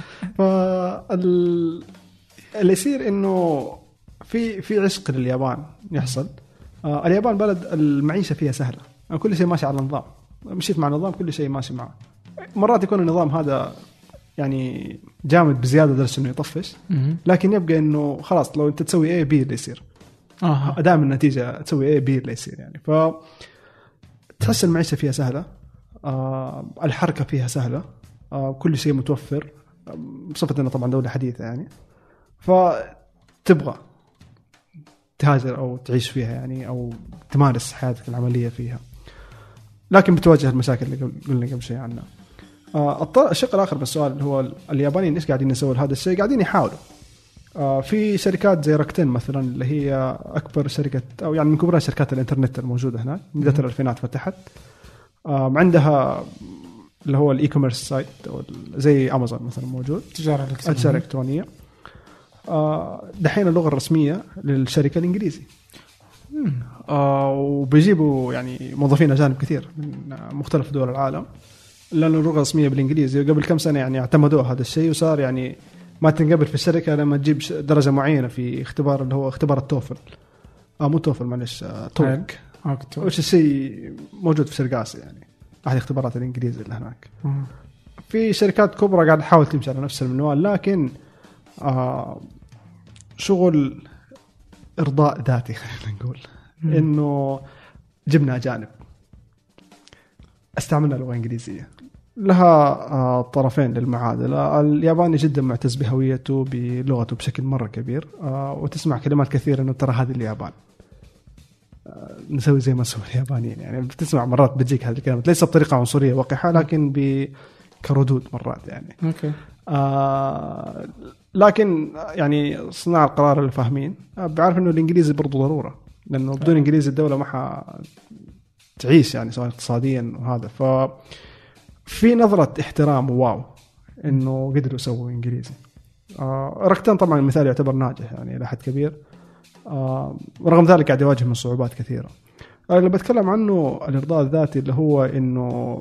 اللي يصير إنه في عشق لليابان يحصل. اليابان بلد المعيشة فيها سهلة، كل شيء ماشي على النظام، مشيت مع النظام كل شيء ماشي معه. مرات يكون النظام هذا يعني جامد بزيادة درجة إنه يطفش، لكن يبقى إنه خلاص لو أنت تسوي A B اللي يصير، دائما النتيجة تسوي A B اللي يصير يعني. فتحس المعيشة فيها سهلة، الحركة فيها سهلة، كل شيء متوفر بصفة إنه طبعا دولة حديثة يعني، فتبغى تهاجر أو تعيش فيها يعني، أو تمارس حياتك العملية فيها، لكن بتواجه المشاكل اللي قلنا قبل شيء عنها. الشق الآخر بالسؤال اللي هو اليابانيين إيش قاعدين يسوون هذا الشيء؟ قاعدين يحاولوا. في شركات زي راكتين مثلا اللي هي أكبر شركة أو يعني من كبرى شركات الإنترنت الموجودة هناك، بداية الألفينات فتحت، عندها اللي هو الإي كوميرس سايت أو زي أمازون مثلا موجود، تجارة إلكترونية. دحين اللغة الرسمية للشركة الإنجليزي، وبيجيبوا يعني موظفين أجانب كثير من مختلف دول العالم، لأنه اللغة الرسمية بالإنجليزي. وقبل كم سنة يعني اعتمدوا هذا الشيء، وصار يعني ما تنقبل في الشركة لما تجيب درجة معينة في اختبار اللي هو اختبار التوفل، مو توفل معلش، توك، وش الشيء موجود في شرق آسيا يعني، أحد اختبارات الإنجليزي اللي هناك. في شركات كبرى قاعد تحاول تمشي على نفس المنوال، لكن شغل إرضاء ذاتي خلينا نقول، إنه جبنا أجانب، استعملنا لغة إنجليزية، لها طرفين للمعادلة. الياباني جدا معتز بهويته بلغته بشكل مرة كبير، وتسمع كلمات كثيرة إنه ترى هذه اليابان، نسوي زي ما سوى اليابانيين يعني. بتسمع مرات بتجيك هذه الكلمات ليس بطريقة عنصرية وقحة، لكن كردود مرات يعني. أوكي. لكن يعني صناع القرار اللي فاهمين بيعرف انه الانجليزي برضو ضروره، لانه بدون انجليزي الدوله ما تعيش يعني سواء اقتصاديا وهذا. ففي نظره احترام وواو انه قدروا يسووا انجليزي. ركتان طبعا المثال يعتبر ناجح يعني الى حد كبير، رغم ذلك قاعد يواجه من صعوبات كثيره. اللي بتكلم عنه الارضاء الذاتي، اللي هو انه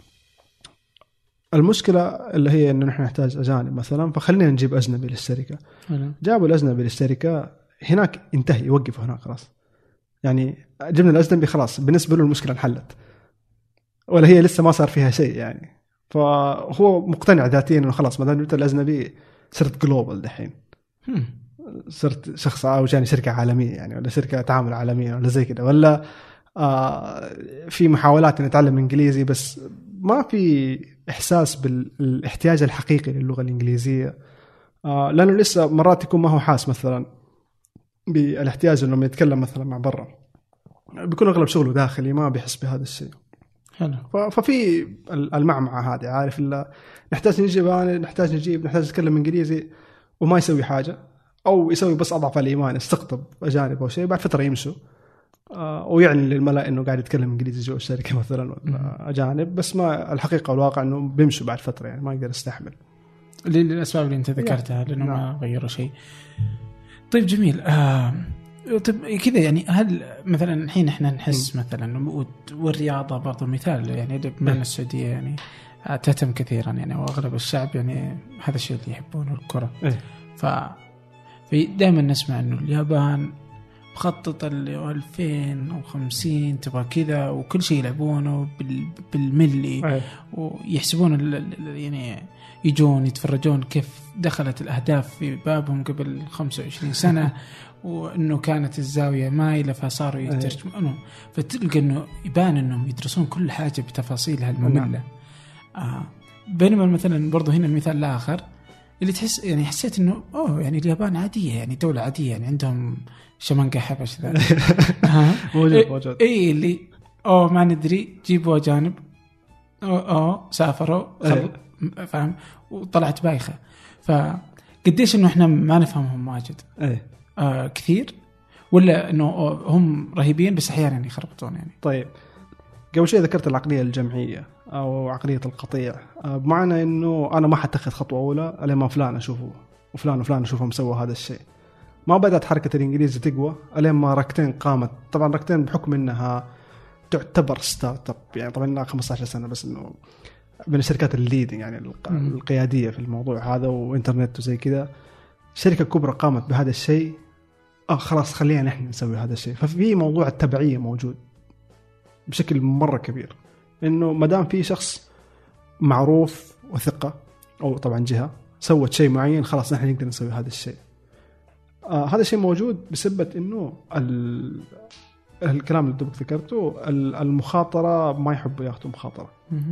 المشكله اللي هي انه نحن نحتاج اجانب مثلا، فخلينا نجيب اجنبي للشركه. جابوا الاجنبي للشركه هناك انتهي، يوقفوا هناك خلاص. يعني جبنا الاجنبي خلاص بالنسبه له المشكله انحلت، ولا هي لسه ما صار فيها شيء يعني. فهو مقتنع ذاتيا انه خلاص ما دام جبت الاجنبي صرت جلوبال دحين، صرت شخص او يعني شركه عالميه يعني، ولا شركه تعامل عالميه ولا زي كده، ولا في محاولات ان نتعلم انجليزي بس ما في احساس بالاحتياج الحقيقي للغه الانجليزيه. لانه لسه مرات يكون ما هو حاس مثلا بالاحتياج انه يتكلم مثلا مع برا، بيكون اغلب شغله داخلي ما بيحس بهذا الشيء. ففي المعمعه هذه، عارف، الا نحتاج نحتاج نتكلم انجليزي وما يسوي حاجه، او يسوي بس اضعف الايمان، يستقطب اجانب او شيء، بعد فتره يمشوا ويعني للملأ انه قاعد يتكلم انجليزي جوا الشركه مثلا، ولا اجانب، بس ما الحقيقه والواقع انه بيمشوا بعد فتره يعني ما يقدر يستحمل للاسباب اللي انت ذكرتها، لانه ما غيروا شيء. طيب جميل. طيب كذا يعني، هل مثلا الحين احنا نحس مثلا، والرياضه برضو مثال يعني، بما ان السعوديه يعني تهتم كثيرا يعني، واغلب الشعب يعني هذا الشيء اللي يحبونه الكره. فدائما نسمع انه اليابان مخطط 2050 تبغى كذا، وكل شيء يلعبونه بالملي، ويحسبون يعني يجون يتفرجون كيف دخلت الأهداف في بابهم قبل 25 سنة وإنه كانت الزاوية مايلة فصاروا يترجمونه. فتلقى إنه يبان إنهم يدرسون كل حاجة بتفاصيلها المملة. بينما مثلا برضو هنا المثال الآخر اللي تحس يعني، حسيت إنه يعني اليابان عادية يعني، دولة عادية يعني، عندهم شمانقة حبش ذا موجود اللي ما ندري جيبوا جانب سافروا فاهم، وطلعت بايخة. فقديش إنه إحنا ما نفهمهم ماجد كثير، ولا إنه هم رهيبين بس أحيانا يخربطون يعني. طيب قبل شيء ذكرت العقلية الجمعية أو عقلية القطيع، بمعنى إنه أنا ما حتخذ خطوة أولى لما فلان أشوفه وفلان وفلان أشوفهم سووا هذا الشيء. ما بدأت حركة الإنجليزي تقوى ألين ما ركتين قامت. طبعا ركتين بحكم إنها تعتبر ستارت اب يعني، طبعا إنها 15 سنة بس، إنه من الشركات الليدنج يعني القيادية في الموضوع هذا، وإنترنت وزي كذا. شركة كبرى قامت بهذا الشيء، خلاص خلينا نحن نسوي هذا الشيء. ففي موضوع التبعية موجود بشكل مرة كبير، إنه مدام في شخص معروف وثقة أو طبعا جهة سوت شيء معين، خلاص نحن نقدر نسوي هذا الشيء. هذا الشيء موجود بسبب إنه الكلام اللي دوبك ذكرته، المخاطرة ما يحبوا ياخذوا مخاطرة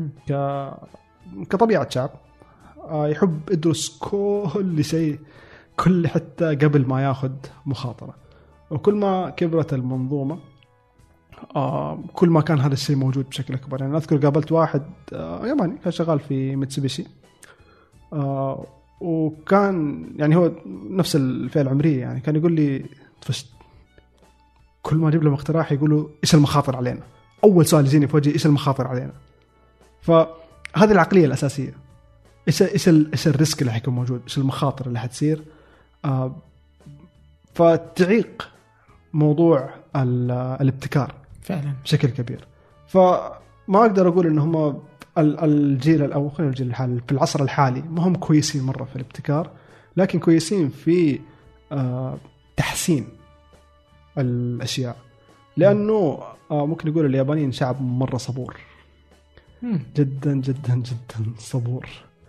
كطبيعة شعب. يحب يدرس كل شيء، كل حتى قبل ما ياخذ مخاطرة. وكل ما كبرت المنظومة كل ما كان هذا الشيء موجود بشكل أكبر. يعني أذكر قابلت واحد ياباني كان شغال في ميتسوبيشي، وكان يعني هو نفس الفئة العمرية يعني، كان يقول لي كل ما أجيب له اقتراح يقولوا إيش المخاطر علينا. أول سؤال يجيني في وجهي إيش المخاطر علينا. فهذه العقلية الأساسية. إيش الريسك اللي حيكون موجود، إيش المخاطر اللي حتصير. فتعيق موضوع الابتكار فعلا بشكل كبير. فما أقدر أقول إن هم الجيل الأول، الجيل الحالي في العصر الحالي ما هم كويسين مرة في الابتكار، لكن كويسين في تحسين الأشياء. لأنه ممكن نقول اليابانيين شعب مرة صبور، جدا جدا جدا صبور،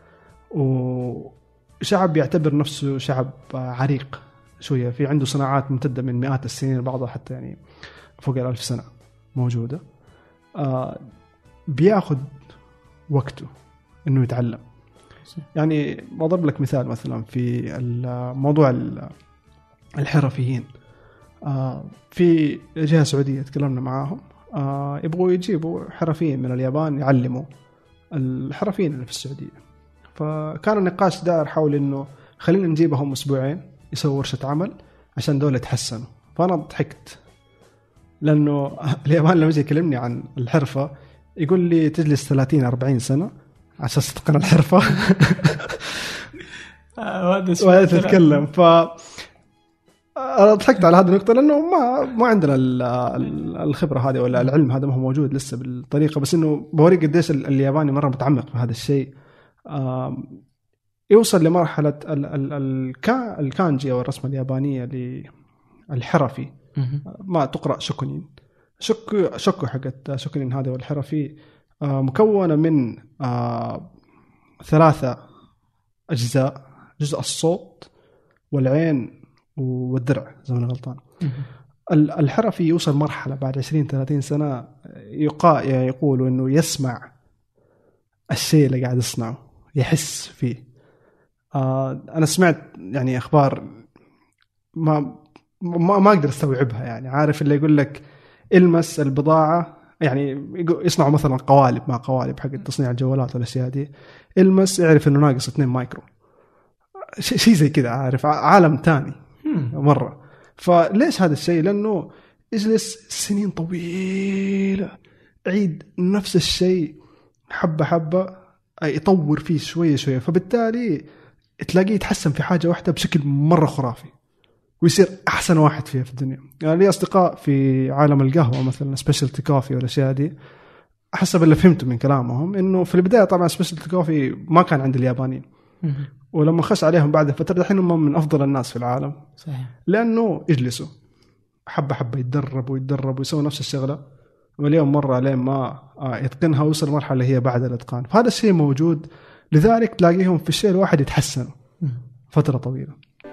وشعب يعتبر نفسه شعب عريق شوية، في عنده صناعات ممتدة من مئات السنين، بعضها حتى يعني فوق 1000 سنة موجودة. بياخد وقته إنه يتعلم. يعني بضرب لك مثال مثلا في الموضوع الحرفيين. في جهة سعودية تكلمنا معاهم، يبغوا يجيبوا حرفيين من اليابان يعلموا الحرفيين اللي في السعودية. فكان النقاش دار حول إنه خلينا نجيبهم أسبوعين يسووا ورشة عمل عشان دول يتحسنوا. فأنا ضحكت لأنه اليابان لما يجي يكلمني عن الحرفة يقول لي تجلس 30-40 سنة عشان تتقن الحرفة وهذا تتكلم. أنا ضحكت على هذه النقطة لأنه ما عندنا الخبرة هذه ولا العلم هذا ما هو موجود لسه بالطريقة، بس إنه بوريك قديش الياباني مرة متعمق في هذا الشيء. يوصل لمرحلة الكانجي أو الرسمة اليابانية للحرفي، ما تقرأ شوكونين شوكو حقت شوكونين هذا والحرفي مكونة من 3 أجزاء، جزء الصوت والعين والدرع زي ما أنا غلطان. الحرفي يوصل مرحلة بعد 20-30 سنة يقولوا إنه يسمع الشيء اللي قاعد يصنعه، يحس فيه. أنا سمعت يعني أخبار ما أقدر أستوعبها، يعني عارف اللي يقول لك المس البضاعة، يعني يصنعوا مثلا قوالب حق تصنيع الجوالات والأشياء دي، المس يعرف إنه ناقص 2 مايكرو، شيء زي كذا، عارف عالم تاني مرة. فليش هذا الشيء؟ لأنه يجلس سنين طويلة عيد نفس الشيء حبة يطور فيه شوية، فبالتالي تلاقيه يتحسن في حاجة واحدة بشكل مرة خرافي ويصير أحسن واحد فيها في الدنيا. يعني لي أصدقاء في عالم القهوة مثلا سبيشالتي كوفي والأشياء دي، حسب اللي فهمته من كلامهم إنه في البداية طبعا سبيشالتي كوفي ما كان عند اليابانيين، ولما خش عليهم بعد فترة الحين هم من أفضل الناس في العالم. صحيح. لأنه يجلسوا حبة يتدربوا ويسووا نفس الشغلة مليون مرة لين ما يتقنها ويوصل مرحلة هي بعد الإتقان. فهذا الشيء موجود، لذلك تلاقيهم في الشيء الواحد يتحسنوا فترة طويلة.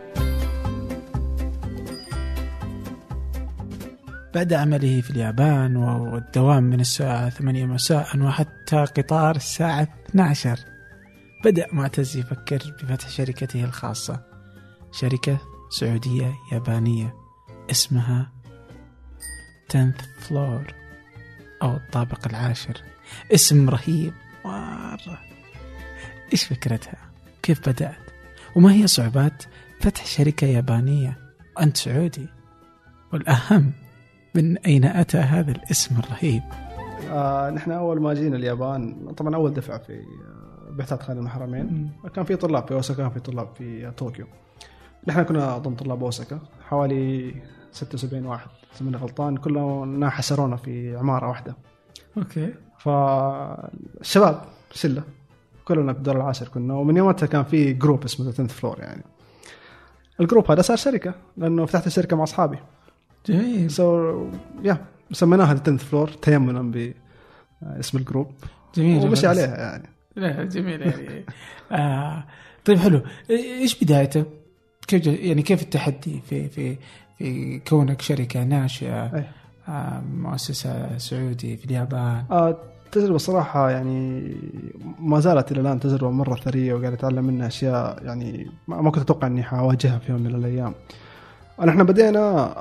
بعد عمله في اليابان والدوام من الساعة 8 مساء وحتى قطار الساعة 12 بدأ معتز يفكر بفتح شركته الخاصة، شركة سعودية يابانية اسمها 10th floor أو الطابق العاشر. اسم رهيب مرة. إيش فكرتها؟ كيف بدأت؟ وما هي صعوبات فتح شركة يابانية وأنت سعودي؟ والأهم من أين أتى هذا الاسم الرهيب؟ نحن أول ما جينا اليابان طبعا أول دفعة في بعثات خارج الحرمين كان في طلاب في أوساكا، كان في طلاب في طوكيو. نحن كنا ضمن طلاب أوساكا حوالي 76 واحد زمن غلطان، كلنا حشرونا في عمارة واحدة. أوكي. فالشباب شلة كلنا في الدور العاشر كنا، ومن يومتها كان في جروب اسمه 10th floor. يعني الجروب هذا صار شركة لأنه فتحت الشركة مع أصحابي. جميل. سميناها 10th floor تيمنا باسم الجروب. جميل. ومشي عليها يعني. لا جميل يعني. طيب حلو. إيش بدايته؟ كيف التحدي في كونك شركة ناشئة مؤسسة سعودي في اليابان؟ تجربة صراحة يعني ما زالت إلى الآن تجربة مرة ثرية، وقاعد أتعلم منها أشياء يعني ما كنت أتوقع أني حواجهها في يوم من الأيام. نحن بدينا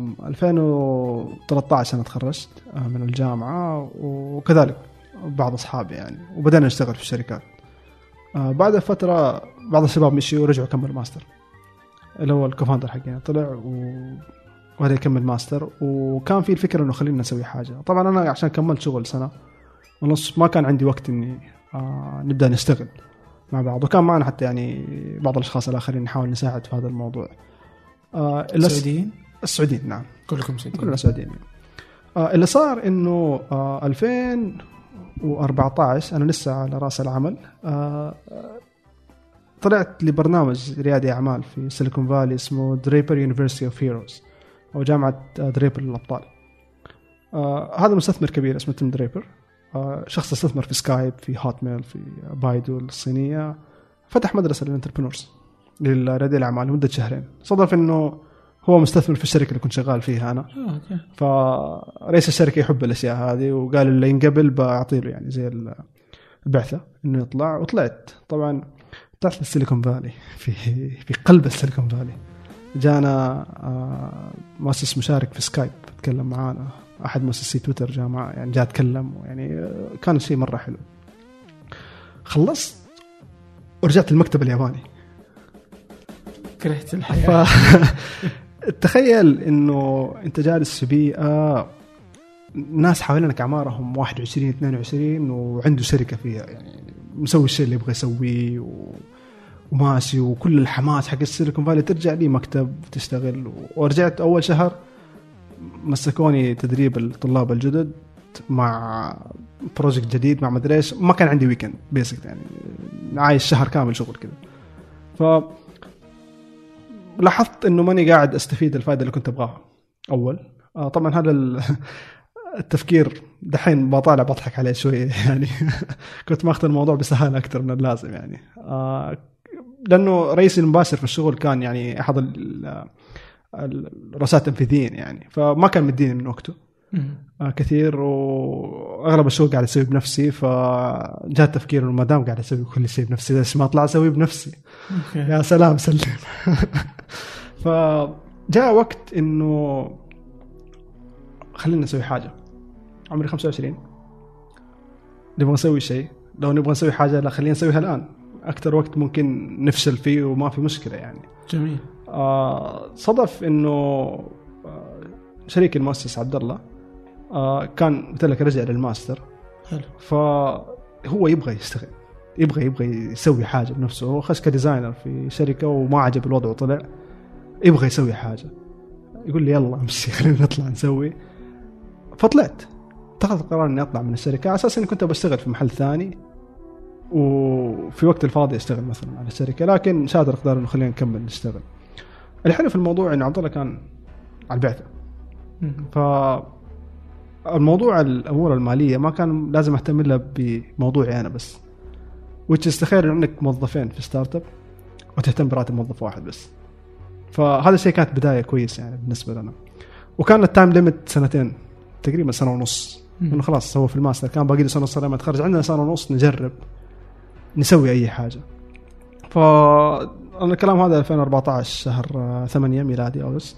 2013 أنا تخرجت من الجامعة، وكذلك بعض أصحابي يعني، وبدأنا نشتغل في الشركات. بعد فترة بعض الشباب مشيوا ورجعوا كمل ماستر، اللي هو الكوفاندر حقنا طلع وهذا يكمل ماستر، وكان في الفكرة إنه خلينا نسوي حاجة. طبعا أنا عشان كملت شغل 1.5 سنة ما كان عندي وقت إني نبدأ نشتغل مع بعض، وكان معنا حتى يعني بعض الأشخاص الآخرين نحاول نساعد في هذا الموضوع. السعوديين نعم، كلكم سعوديين؟ كلنا سعوديين. اللي صار إنه 2014 أنا لسه على رأس العمل، طلعت لبرنامج ريادي أعمال في سيليكون فالي اسمه دريبر يونيفرسيتي أوف هيروز أو جامعة دريبر للأبطال. هذا مستثمر كبير اسمه تيم دريبر، شخص استثمر في سكايب، في هوت ميل، في بايدو الصينية، فتح مدرسة للانتربرنورز لريادي الأعمال لمدة 2 شهر. صدف إنه هو مستثمر في الشركة اللي كنت شغال فيها أنا. فرئيس الشركة يحب الأشياء هذه، وقال اللي ينقبل بعطيله يعني زي البعثة إنه يطلع. وطلعت طبعا طلعت للسيليكون فالي في قلب السيليكون فالي. جانا مؤسس مشارك في سكايب تكلم معانا، أحد مؤسسي تويتر يعني جاء تكلم، يعني كان شيء مرة حلو. خلصت ورجعت المكتب الياباني كرهت الحياة. تخيل إنه أنت جالس في بيئة ناس حوالينك أعمارهم 21 22 وعنده شركة فيها، يعني مسوي الشيء اللي يبغى يسويه وماشي وكل الحماس حق السيليكون فالي. ترجع لي مكتب تشتغل. ورجعت أول شهر مسكوني تدريب الطلاب الجدد مع بروجكت جديد مع مدريش، ما كان عندي ويكند بيسك، يعني عايش شهر كامل شغل كذا. لاحظت انه ماني قاعد استفيد الفائده اللي كنت ابغاها اول. طبعا هذا التفكير دحين بطالع بضحك عليه شويه يعني. كنت ماخذ الموضوع بسهاله اكثر من اللازم يعني. لانه رئيسي المباشر في الشغل كان يعني احد الرؤساء التنفيذيين يعني، فما كان مديني من وقته كثير، واغلب الشغل قاعد اسويه بنفسي. فجاء التفكير انه ما دام قاعد اسوي كل شيء بنفسي ليش ما اطلع اسويه بنفسي. يا سلام سلم. فجاء وقت انه خلينا نسوي حاجه. عمري 25، نبغى نسوي شيء. لو نبغى نسوي حاجه لا خلينا نسويها الان، اكثر وقت ممكن نفشل فيه وما في مشكله يعني. جميل. صدف انه شريك المؤسس عبد الله كان مثل لك رجع للماستر. حلو. فهو يبغى يشتغل، يبغى يسوي حاجه بنفسه. هو خش كديزاينر في شركه وما عجب الوضع وطلع يبغى يسوي حاجه. يقول لي يلا امشي خلينا نطلع نسوي. فطلعت، اتخذت قرار اني اطلع من الشركه على اساس اني كنت بشتغل في محل ثاني وفي وقت الفاضي اشتغل مثلا على الشركه، لكن شادر اقدر انه خلينا نكمل نشتغل. الحلو في الموضوع انه عبد الله كان على البعثه، فالموضوع الامور الماليه ما كان لازم اهتم لها بموضوعي انا بس. وتستخير انك موظفين في ستارت اب وتهتم براتب موظف واحد بس. فهذا الشيء كانت بدايه كويسه يعني بالنسبه لنا. وكان التايم ليميت سنتين تقريبا، سنه ونص، انه خلاص هو في الماستر كان باقي له سنه ونص لما اتخرج. عندنا سنه ونص نجرب نسوي اي حاجه. فانا الكلام هذا 2014 شهر 8 ميلادي أغسطس.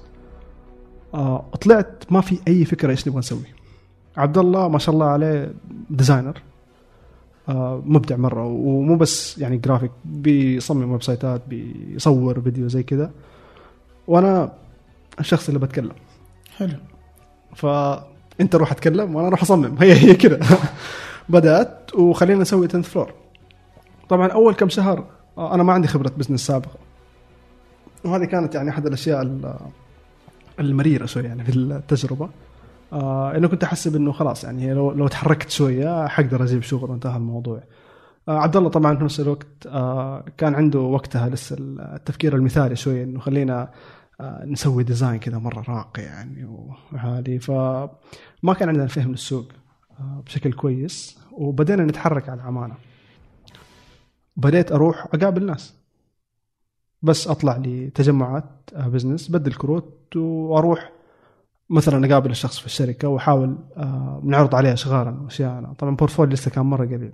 طلعت ما في اي فكره ايش نبغى نسوي. عبد الله ما شاء الله عليه ديزاينر مبدع مره، ومو بس يعني جرافيك، بيصمم ويب سايتات، بيصور فيديو زي كذا، وانا الشخص اللي بتكلم. حلو. فانت روح اتكلم وانا اروح اصمم. هي كذا. بدات وخلينا نسوي 10th فلور. طبعا اول كم شهر انا ما عندي خبره بزنس سابقه، وهذه كانت يعني احد الاشياء المريره شويه يعني في التجربه. انه كنت احسب انه خلاص يعني لو تحركت شويه حقدر اجيب شغل وانتهى الموضوع. عبد الله طبعا في نفس الوقت كان عنده وقتها لسه التفكير المثالي شويه، انه خلينا نسوي ديزاين كذا مره راقي يعني وهذه. فما كان عندنا فهم للسوق بشكل كويس، وبدينا نتحرك على العمانه. بديت اروح اقابل ناس، بس اطلع لي تجمعات بزنس، بدل كروت، واروح مثلا اقابل الشخص في الشركه واحاول نعرض عليه اشغالنا واشياءنا. طبعا بورتفوليو لسه كان مره قليل.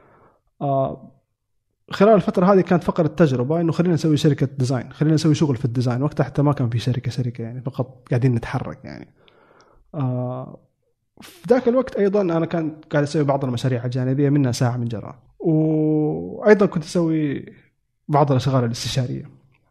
خلال الفتره هذه كانت فقره التجربه انه خلينا نسوي شركه ديزاين، خلينا نسوي شغل في الديزاين. وقتها حتى ما كان في شركه يعني، فقط قاعدين نتحرك يعني. في ذاك الوقت ايضا انا كنت قاعد اسوي بعض المشاريع الجانبيه، منها ساعه من جراء، وايضا كنت اسوي بعض الاشغال الاستشاريه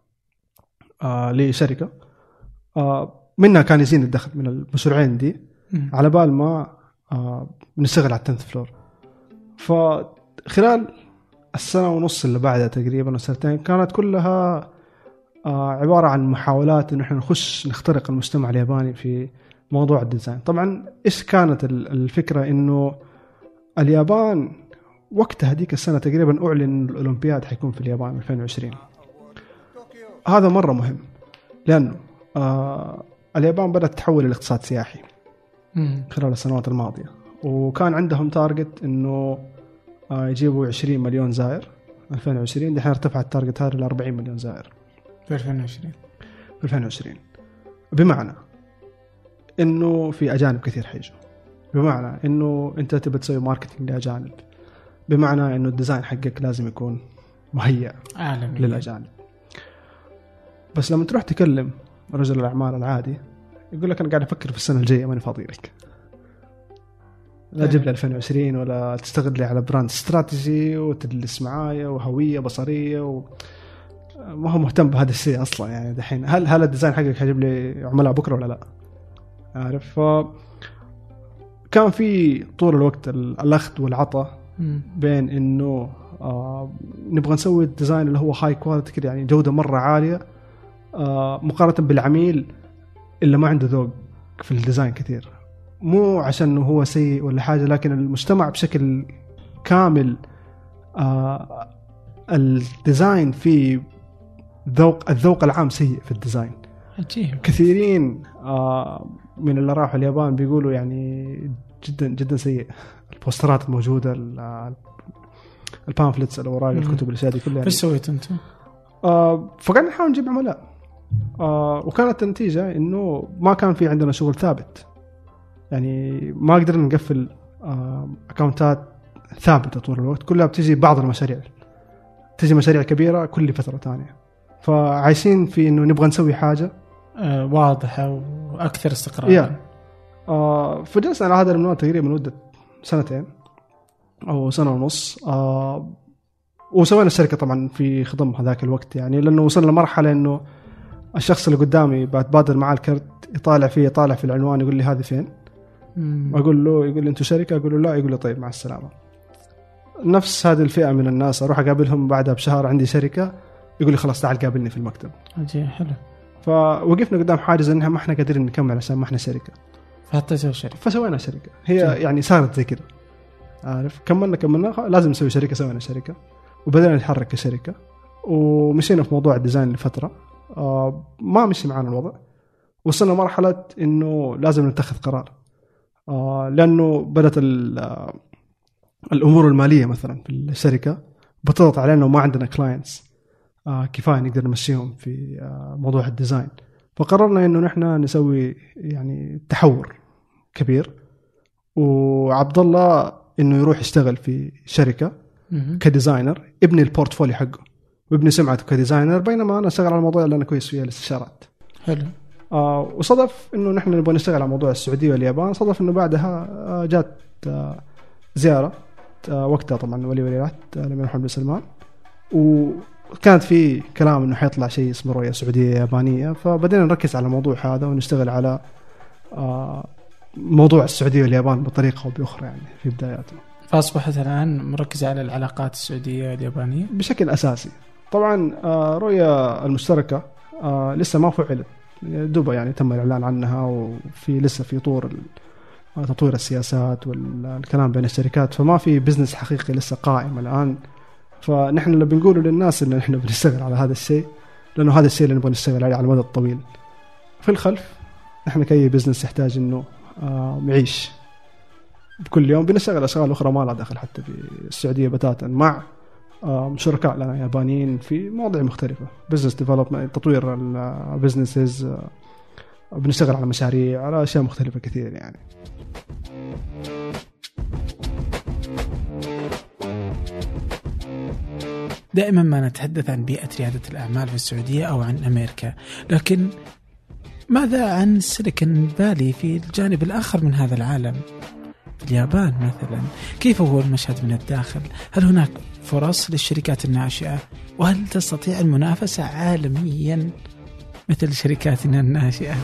لشركه. منها كان يزين الدخل من المشروعين دي على بال ما بنشتغل على 10th فلور. فخلال السنة ونص اللي بعدها تقريبا وسنتين كانت كلها عبارة عن محاولات إنه إحنا نخش نخترق المجتمع الياباني في موضوع الديزاين. طبعا إيش كانت الفكرة؟ إنه اليابان وقتها هذيك السنة تقريبا أعلن الأولمبياد حيكون في اليابان 2020. هذا مرة مهم لأنه اليابان بدأت تحول الاقتصاد سياحي خلال السنوات الماضية، وكان عندهم تارجت إنه يجيبوا 20 مليون زائر 2020. دحين ارتفع التارجت هذا ل 40 مليون زائر في 2020. بمعنى إنه في أجانب كثير حيجوا، بمعنى إنه أنت تبي تسوي ماركتينج لأجانب، بمعنى إنه الديزاين حقك لازم يكون مهيأ للأجانب. بس لما تروح تكلم رجل الأعمال العادي يقول لك أنا قاعد أفكر في السنة الجاية ماني فاضي لك، لا تجيب لي 2020 ولا تشتغل لي على براند استراتيجي وتدلس معايا وهوية بصرية ما هو مهتم بهذا الشيء اصلا يعني دحين. هل الديزاين حقك حيجيب لي عملاء بكره ولا لا؟ عارف. كان في طول الوقت الاخذ والعطاء بين انه نبغى نسوي الديزاين اللي هو هاي كواليتي كده يعني جوده مره عاليه مقارنه بالعميل اللي ما عنده ذوق في الديزاين كثير، مو عشان هو سيء ولا حاجه، لكن المجتمع بشكل كامل الديزاين في الذوق العام سيء في الديزاين. عجيب. كثيرين من اللي راحوا اليابان بيقولوا يعني جدا جدا سيء. البوسترات الموجودة، البامفلتس، الأوراق، الكتب، الأشياء دي كلها. ايش سويتوا انتم؟ فقعدنا نحاول نجيب عملاء، وكانت النتيجة إنه ما كان في عندنا شغل ثابت، يعني ما قدرنا نقفل أكاونتات ثابتة طول الوقت، كلها بتجي بعض المشاريع، تجي مشاريع كبيرة كل فترة تانية. فعايشين في إنه نبغى نسوي حاجة واضحة وأكثر استقرار. فجلسنا على هذا الموضوع تقريبا مدة 2 أو 1.5 سنة، وسوينا الشركة طبعا في خضم هذاك الوقت، يعني لأنه وصلنا لمرحلة إنه الشخص اللي قدامي بتبادل معاه الكرت، يطالع في العنوان، يقول لي هذه فين، أقول له، يقول لي أنتوا شركة، أقول له لا، يقول لي طيب مع السلامة. نفس هذه الفئة من الناس أروح أقابلهم بعدها بشهر عندي شركة، يقول لي خلاص تعال قابلني في المكتب. عجيب. حلو. فوقفنا قدام حاجز انها ما احنا قادرين نكمل عشان ما احنا شركه، فحطيتوا شركه، فسوينا شركه. هي يعني صارت زي كده، عارف، كملنا لازم نسوي شركه، سوينا شركه وبدأنا نتحرك كشركه، ومشينا في موضوع الديزاين لفتره. ما مشي معنا الوضع، وصلنا مرحله انه لازم نتخذ قرار، لانه بدأت الامور الماليه مثلا في الشركه بتضغط علينا وما عندنا كلاينتس كفاية نقدر نمشيهم في موضوع الديزاين. فقررنا إنه نحن نسوي يعني تحور كبير، وعبد الله إنه يروح يشتغل في شركة كديزاينر، يبني البورتفوليو حقه ويبني سمعته كديزاينر، بينما أنا أشتغل على الموضوع اللي أنا كويس فيه، الاستشارات. حلو. وصدف إنه نحن نبغى نشتغل على موضوع السعودية واليابان. صدف إنه بعدها جات زيارة وقتها طبعا وليات الأمير محمد بن سلمان، وكانت في كلام إنه حيطلع شيء اسمه رؤية سعودية يابانية. فبدينا نركز على الموضوع هذا ونشتغل على موضوع السعودية واليابان بطريقة أو بأخرى يعني في بداياته. فأصبحت الآن مركزة على العلاقات السعودية واليابانية بشكل أساسي. طبعا رؤية المشتركة لسه ما فعلت دوبا، يعني تم الإعلان عنها، وفي لسه في طور تطوير السياسات والكلام بين الشركات، فما في بزنس حقيقي لسه قائم الآن. فنحن اللي بنقوله للناس إن نحن بنشتغل على هذا الشيء، لأنه هذا الشيء اللي نبغى نشتغل عليه على المدى الطويل. في الخلف نحن كأي بزنس يحتاج إنه نعيش بكل يوم، بنشتغل أشغال أخرى ما لها دخل حتى في السعودية بتاتا مع شركاء لنا يابانيين في مواضيع مختلفة، بزنس ديفلوبمنت، تطوير البزنسز، بنشتغل على مشاريع، على أشياء مختلفة كثير يعني. دائما ما نتحدث عن بيئة ريادة الأعمال في السعودية أو عن أمريكا، لكن ماذا عن سيليكون فالي في الجانب الآخر من هذا العالم؟ في اليابان مثلا، كيف هو المشهد من الداخل؟ هل هناك فرص للشركات الناشئة؟ وهل تستطيع المنافسة عالميا مثل شركاتنا الناشئة؟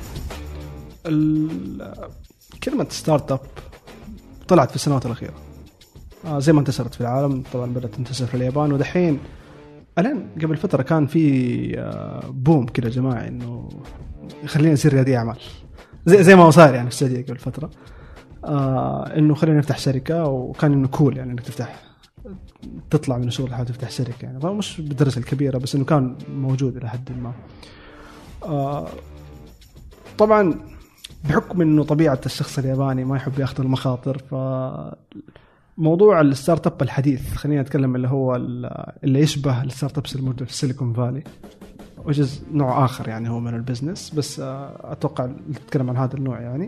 كلمة ستارت اب طلعت في السنوات الأخيرة، زي ما انتشرت في العالم طبعا بدأت تنتشر في اليابان، ودحين الآن قبل فترة كان في بوم كده جماعي إنه خلينا نصير ريادي أعمال، زي ما صار يعني في السعودية قبل فترة، إنه خلينا نفتح شركة، وكان إنه كول يعني إنك تطلع من الشغل لحد تفتح شركة، يعني مش بالدرجة الكبيرة بس إنه كان موجود إلى حد ما. طبعا بحكم إنه طبيعة الشخص الياباني ما يحب يأخذ المخاطر، موضوع الستارت اب الحديث خلينا نتكلم اللي هو اللي يشبه الستارت ابس الموجودة في السيليكون فالي، وجز نوع آخر يعني هو من البزنس، بس أتوقع نتكلم عن هذا النوع يعني.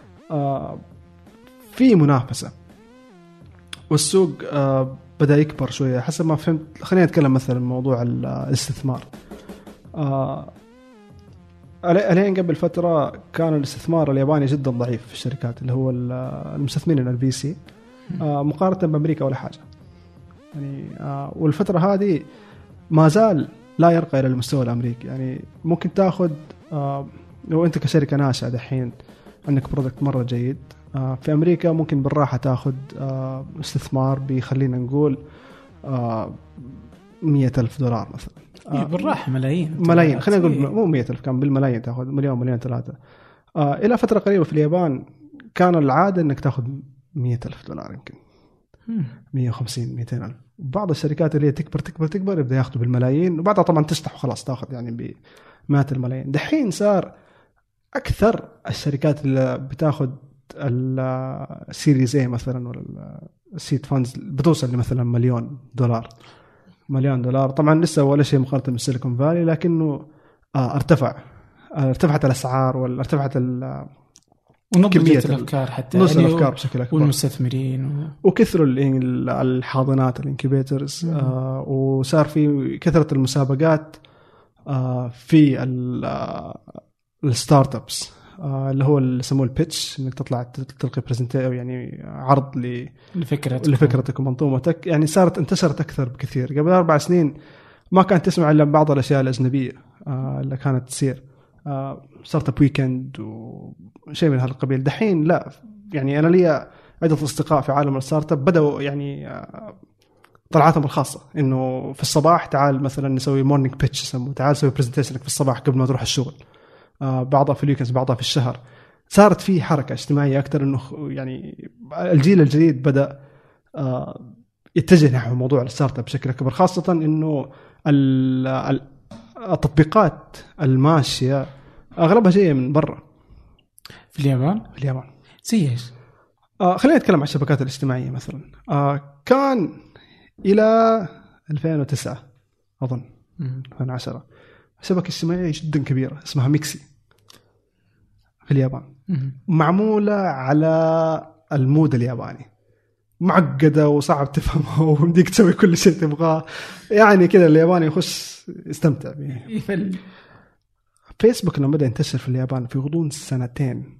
في منافسة والسوق بدأ يكبر شوية حسب ما فهمت. خلينا نتكلم مثلا موضوع الاستثمار. الحين قبل فترة كان الاستثمار الياباني جدا ضعيف في الشركات، اللي هو المستثمرين الفي سي، مقارنة بأمريكا ولا حاجة يعني. والفترة هذه ما زال لا يرقى إلى المستوى الأمريكي. يعني ممكن تأخذ لو أنت كشركة ناشئة دحين عندك برودكت مرة جيد في أمريكا، ممكن بالراحة تأخذ استثمار بيخلينا نقول $100,000 مثلا. بالراحة ملايين خلينا نقول مو 100,000، كان بالملايين تأخذ مليون 3. إلى فترة قريبة في اليابان كان العادة أنك تأخذ $100,000 يمكن 150-200,000. بعض الشركات اللي هي تكبر يبدأ ياخذوا بالملايين، وبعدها طبعا تشطح وخلاص تأخذ يعني بمئات الملايين. دحين صار أكثر الشركات اللي بتاخذ السيريز A مثلا ولا السيد فاندز بتوصل لمثلا $1,000,000. طبعا لسه ولا شيء مقارنة بالسيليكون فالي، لكنه ارتفعت الأسعار وارتفعت كمية الأفكار حتى نص الأفكار بشكل أكبر، والمستثمرين وكثروا الحاضنات الانكيبيترز، وصار في كثرة المسابقات في الستارت ابس اللي هو اللي يسموه البيتش، انك تطلع تلقي برزنتيشن يعني عرض لفكرتك ومنظومتك. يعني صارت انتشرت اكثر بكثير. قبل 4 سنين ما كانت تسمع الا بعض الاشياء الاجنبيه اللي كانت تصير ستارت اب ويكند وشيء من هالقبيل. دحين لا، يعني انا لي عده اصدقاء في عالم الستارت اب بداوا يعني طلعاتهم الخاصه، انه في الصباح تعال مثلا نسوي مورنينج بيتش، يسموه تعال سوي برزنتيشنك في الصباح قبل ما تروح الشغل، بعضها في الويكند بعضها في الشهر. صارت في حركة اجتماعية أكثر، إنه يعني الجيل الجديد بدأ يتجه نحو موضوع الستارت اب بشكل أكبر، خاصة إنه التطبيقات الماشية أغلبها جاية من برا. في اليابان زي إيش؟ خلينا نتكلم عن الشبكات الاجتماعية مثلا. كان إلى 2009 أظن 2010 شبكة اجتماعية جدا كبيرة اسمها ميكسي في اليابان، معمولة على المود الياباني، معقدة وصعب تفهمها ومديك تسوي كل شيء تبغاه، يعني كذا الياباني يخش يستمتع به. فيسبوك لما بدأ ينتشر في اليابان في غضون 2 سنين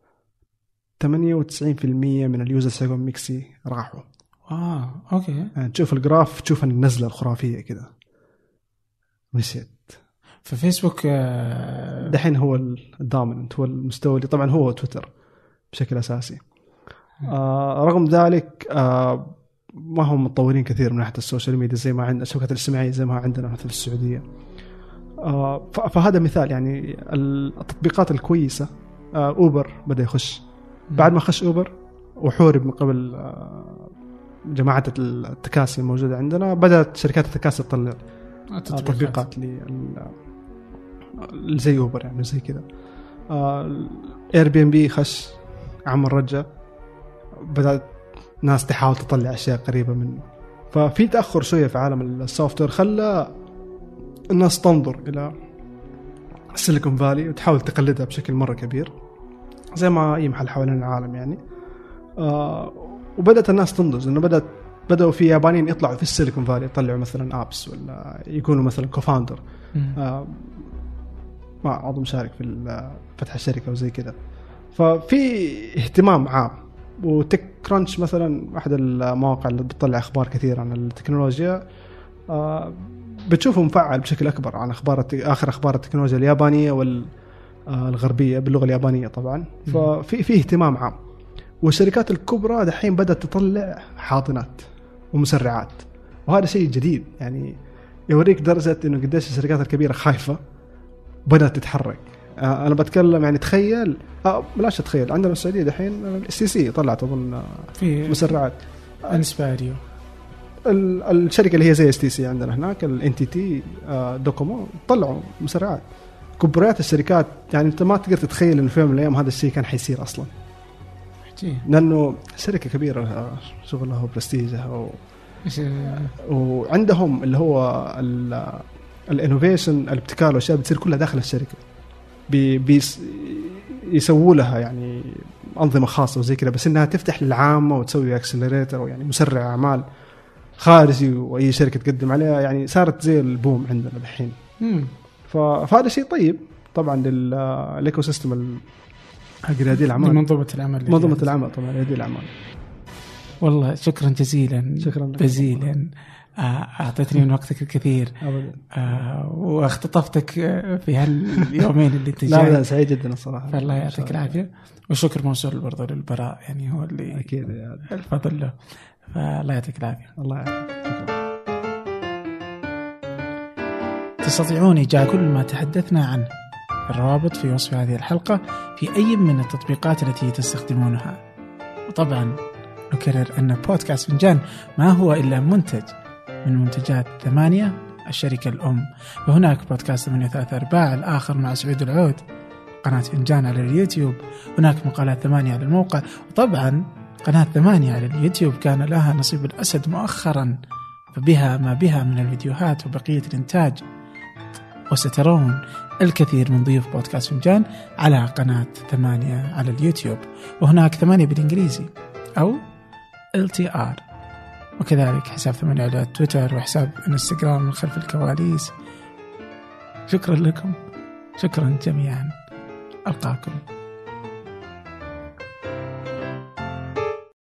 98% من اليوزرز حقهم ميكسي راحوا. اوكي. يعني تشوف الجراف تشوف النزلة الخرافية كده مشيت. ففيسبوك دحين هو الدوميننت، هو المستوى اللي طبعا هو تويتر بشكل أساسي. رغم ذلك ما هم متطورين كثير من ناحية السوشيال ميديا زي ما عندنا الشبكات الاجتماعية زي ما عندنا مثل السعودية. فهذا مثال. يعني التطبيقات الكويسة أوبر بدأ يخش، بعد ما خش أوبر وحورب من قبل جماعة التكاسي الموجودة عندنا، بدأت شركات التكاسي تطلع تطبيقات زي أوبر يعني زي كذا. اير بي ام بي خش عمل رجة، بدأت ناس تحاول تطلع أشياء قريبة منه. ففي تأخر شوية في عالم السوفتوير خلى الناس تنظر إلى السيليكون فالي وتحاول تقلدها بشكل مرة كبير زي ما أي محل حوالين العالم يعني. وبدأت الناس تنضج إنه بدأوا في يابانيين يطلعوا في السيليكون فالي يطلعوا مثلا أبس ولا يكونوا مثلا كوفاوندر مع عضو مشارك في فتح الشركة وزي كده. ففي اهتمام عام. وتك كرانش مثلا أحد المواقع اللي بتطلع أخبار كثير عن التكنولوجيا بتشوفه مفعل بشكل أكبر عن آخر أخبار التكنولوجيا اليابانية والغربية باللغة اليابانية طبعا. ففي اهتمام عام. والشركات الكبرى دحين بدأت تطلع حاضنات ومسرعات، وهذا شيء جديد يعني يوريك درجة إنه قديش الشركات الكبيرة خايفة بدأت تتحرك. أنا بتكلم يعني تخيل بلاش تتخيل عندنا السعودية دحين السي طلعت أظن في مسرعات انسباريو، الشركة اللي هي زي STC عندنا هناك NTT دوكومو طلعوا مسرعات. كبريات الشركات يعني أنت ما تقدر تتخيل إنه في يوم من الأيام هذا الشيء كان حيصير أصلاً، لأنه شركة كبيرة شغلها وبرستيجها وعندهم اللي هو الانوفيشن الابتكار والاشياء بتصير كلها داخل الشركة، يسووا لها يعني أنظمة خاصة وزي كده، بس إنها تفتح للعامة وتسوي أكسلريتر ويعني مسرع أعمال خارجي وأي شركة تقدم عليها، يعني صارت زي البوم عندنا الحين. فهذا شيء طيب طبعا للإيكو سيستم حق ريادي الأعمال، منظومة العمل طبعا ريادي الأعمال. والله شكرا جزيلا. شكرا جزيلا أعطيتني من وقتك الكثير واختطفتك في هاليومين اللي انت جاي. لا سعيد جدا الصراحة. فالله يعطيك العافية، والشكر موصول برضه للبراء، يعني هو اللي أكيد الفضل له، فالله يعطيك العافية. الله يعافيك. تستطيعون إيجاد كل ما تحدثنا عنه الروابط في وصف هذه الحلقة في أي من التطبيقات التي تستخدمونها. وطبعا نكرر أن بودكاست فنجان ما هو إلا منتج من منتجات 8 الشركة الأم، وهناك بودكاست 8 3/4 الآخر مع سعود العود، قناة فنجان على اليوتيوب، هناك مقالات 8 على الموقع، وطبعا قناة 8 على اليوتيوب كان لها نصيب الأسد مؤخرا، فبها ما بها من الفيديوهات وبقية الإنتاج. وسترون الكثير من ضيوف بودكاست فنجان على قناة 8 على اليوتيوب، وهناك 8 بالإنجليزي أو LTR، وكذلك حساب 8 على تويتر وحساب انستغرام من خلف الكواليس. شكرا لكم، شكرا جميعا، ألقاكم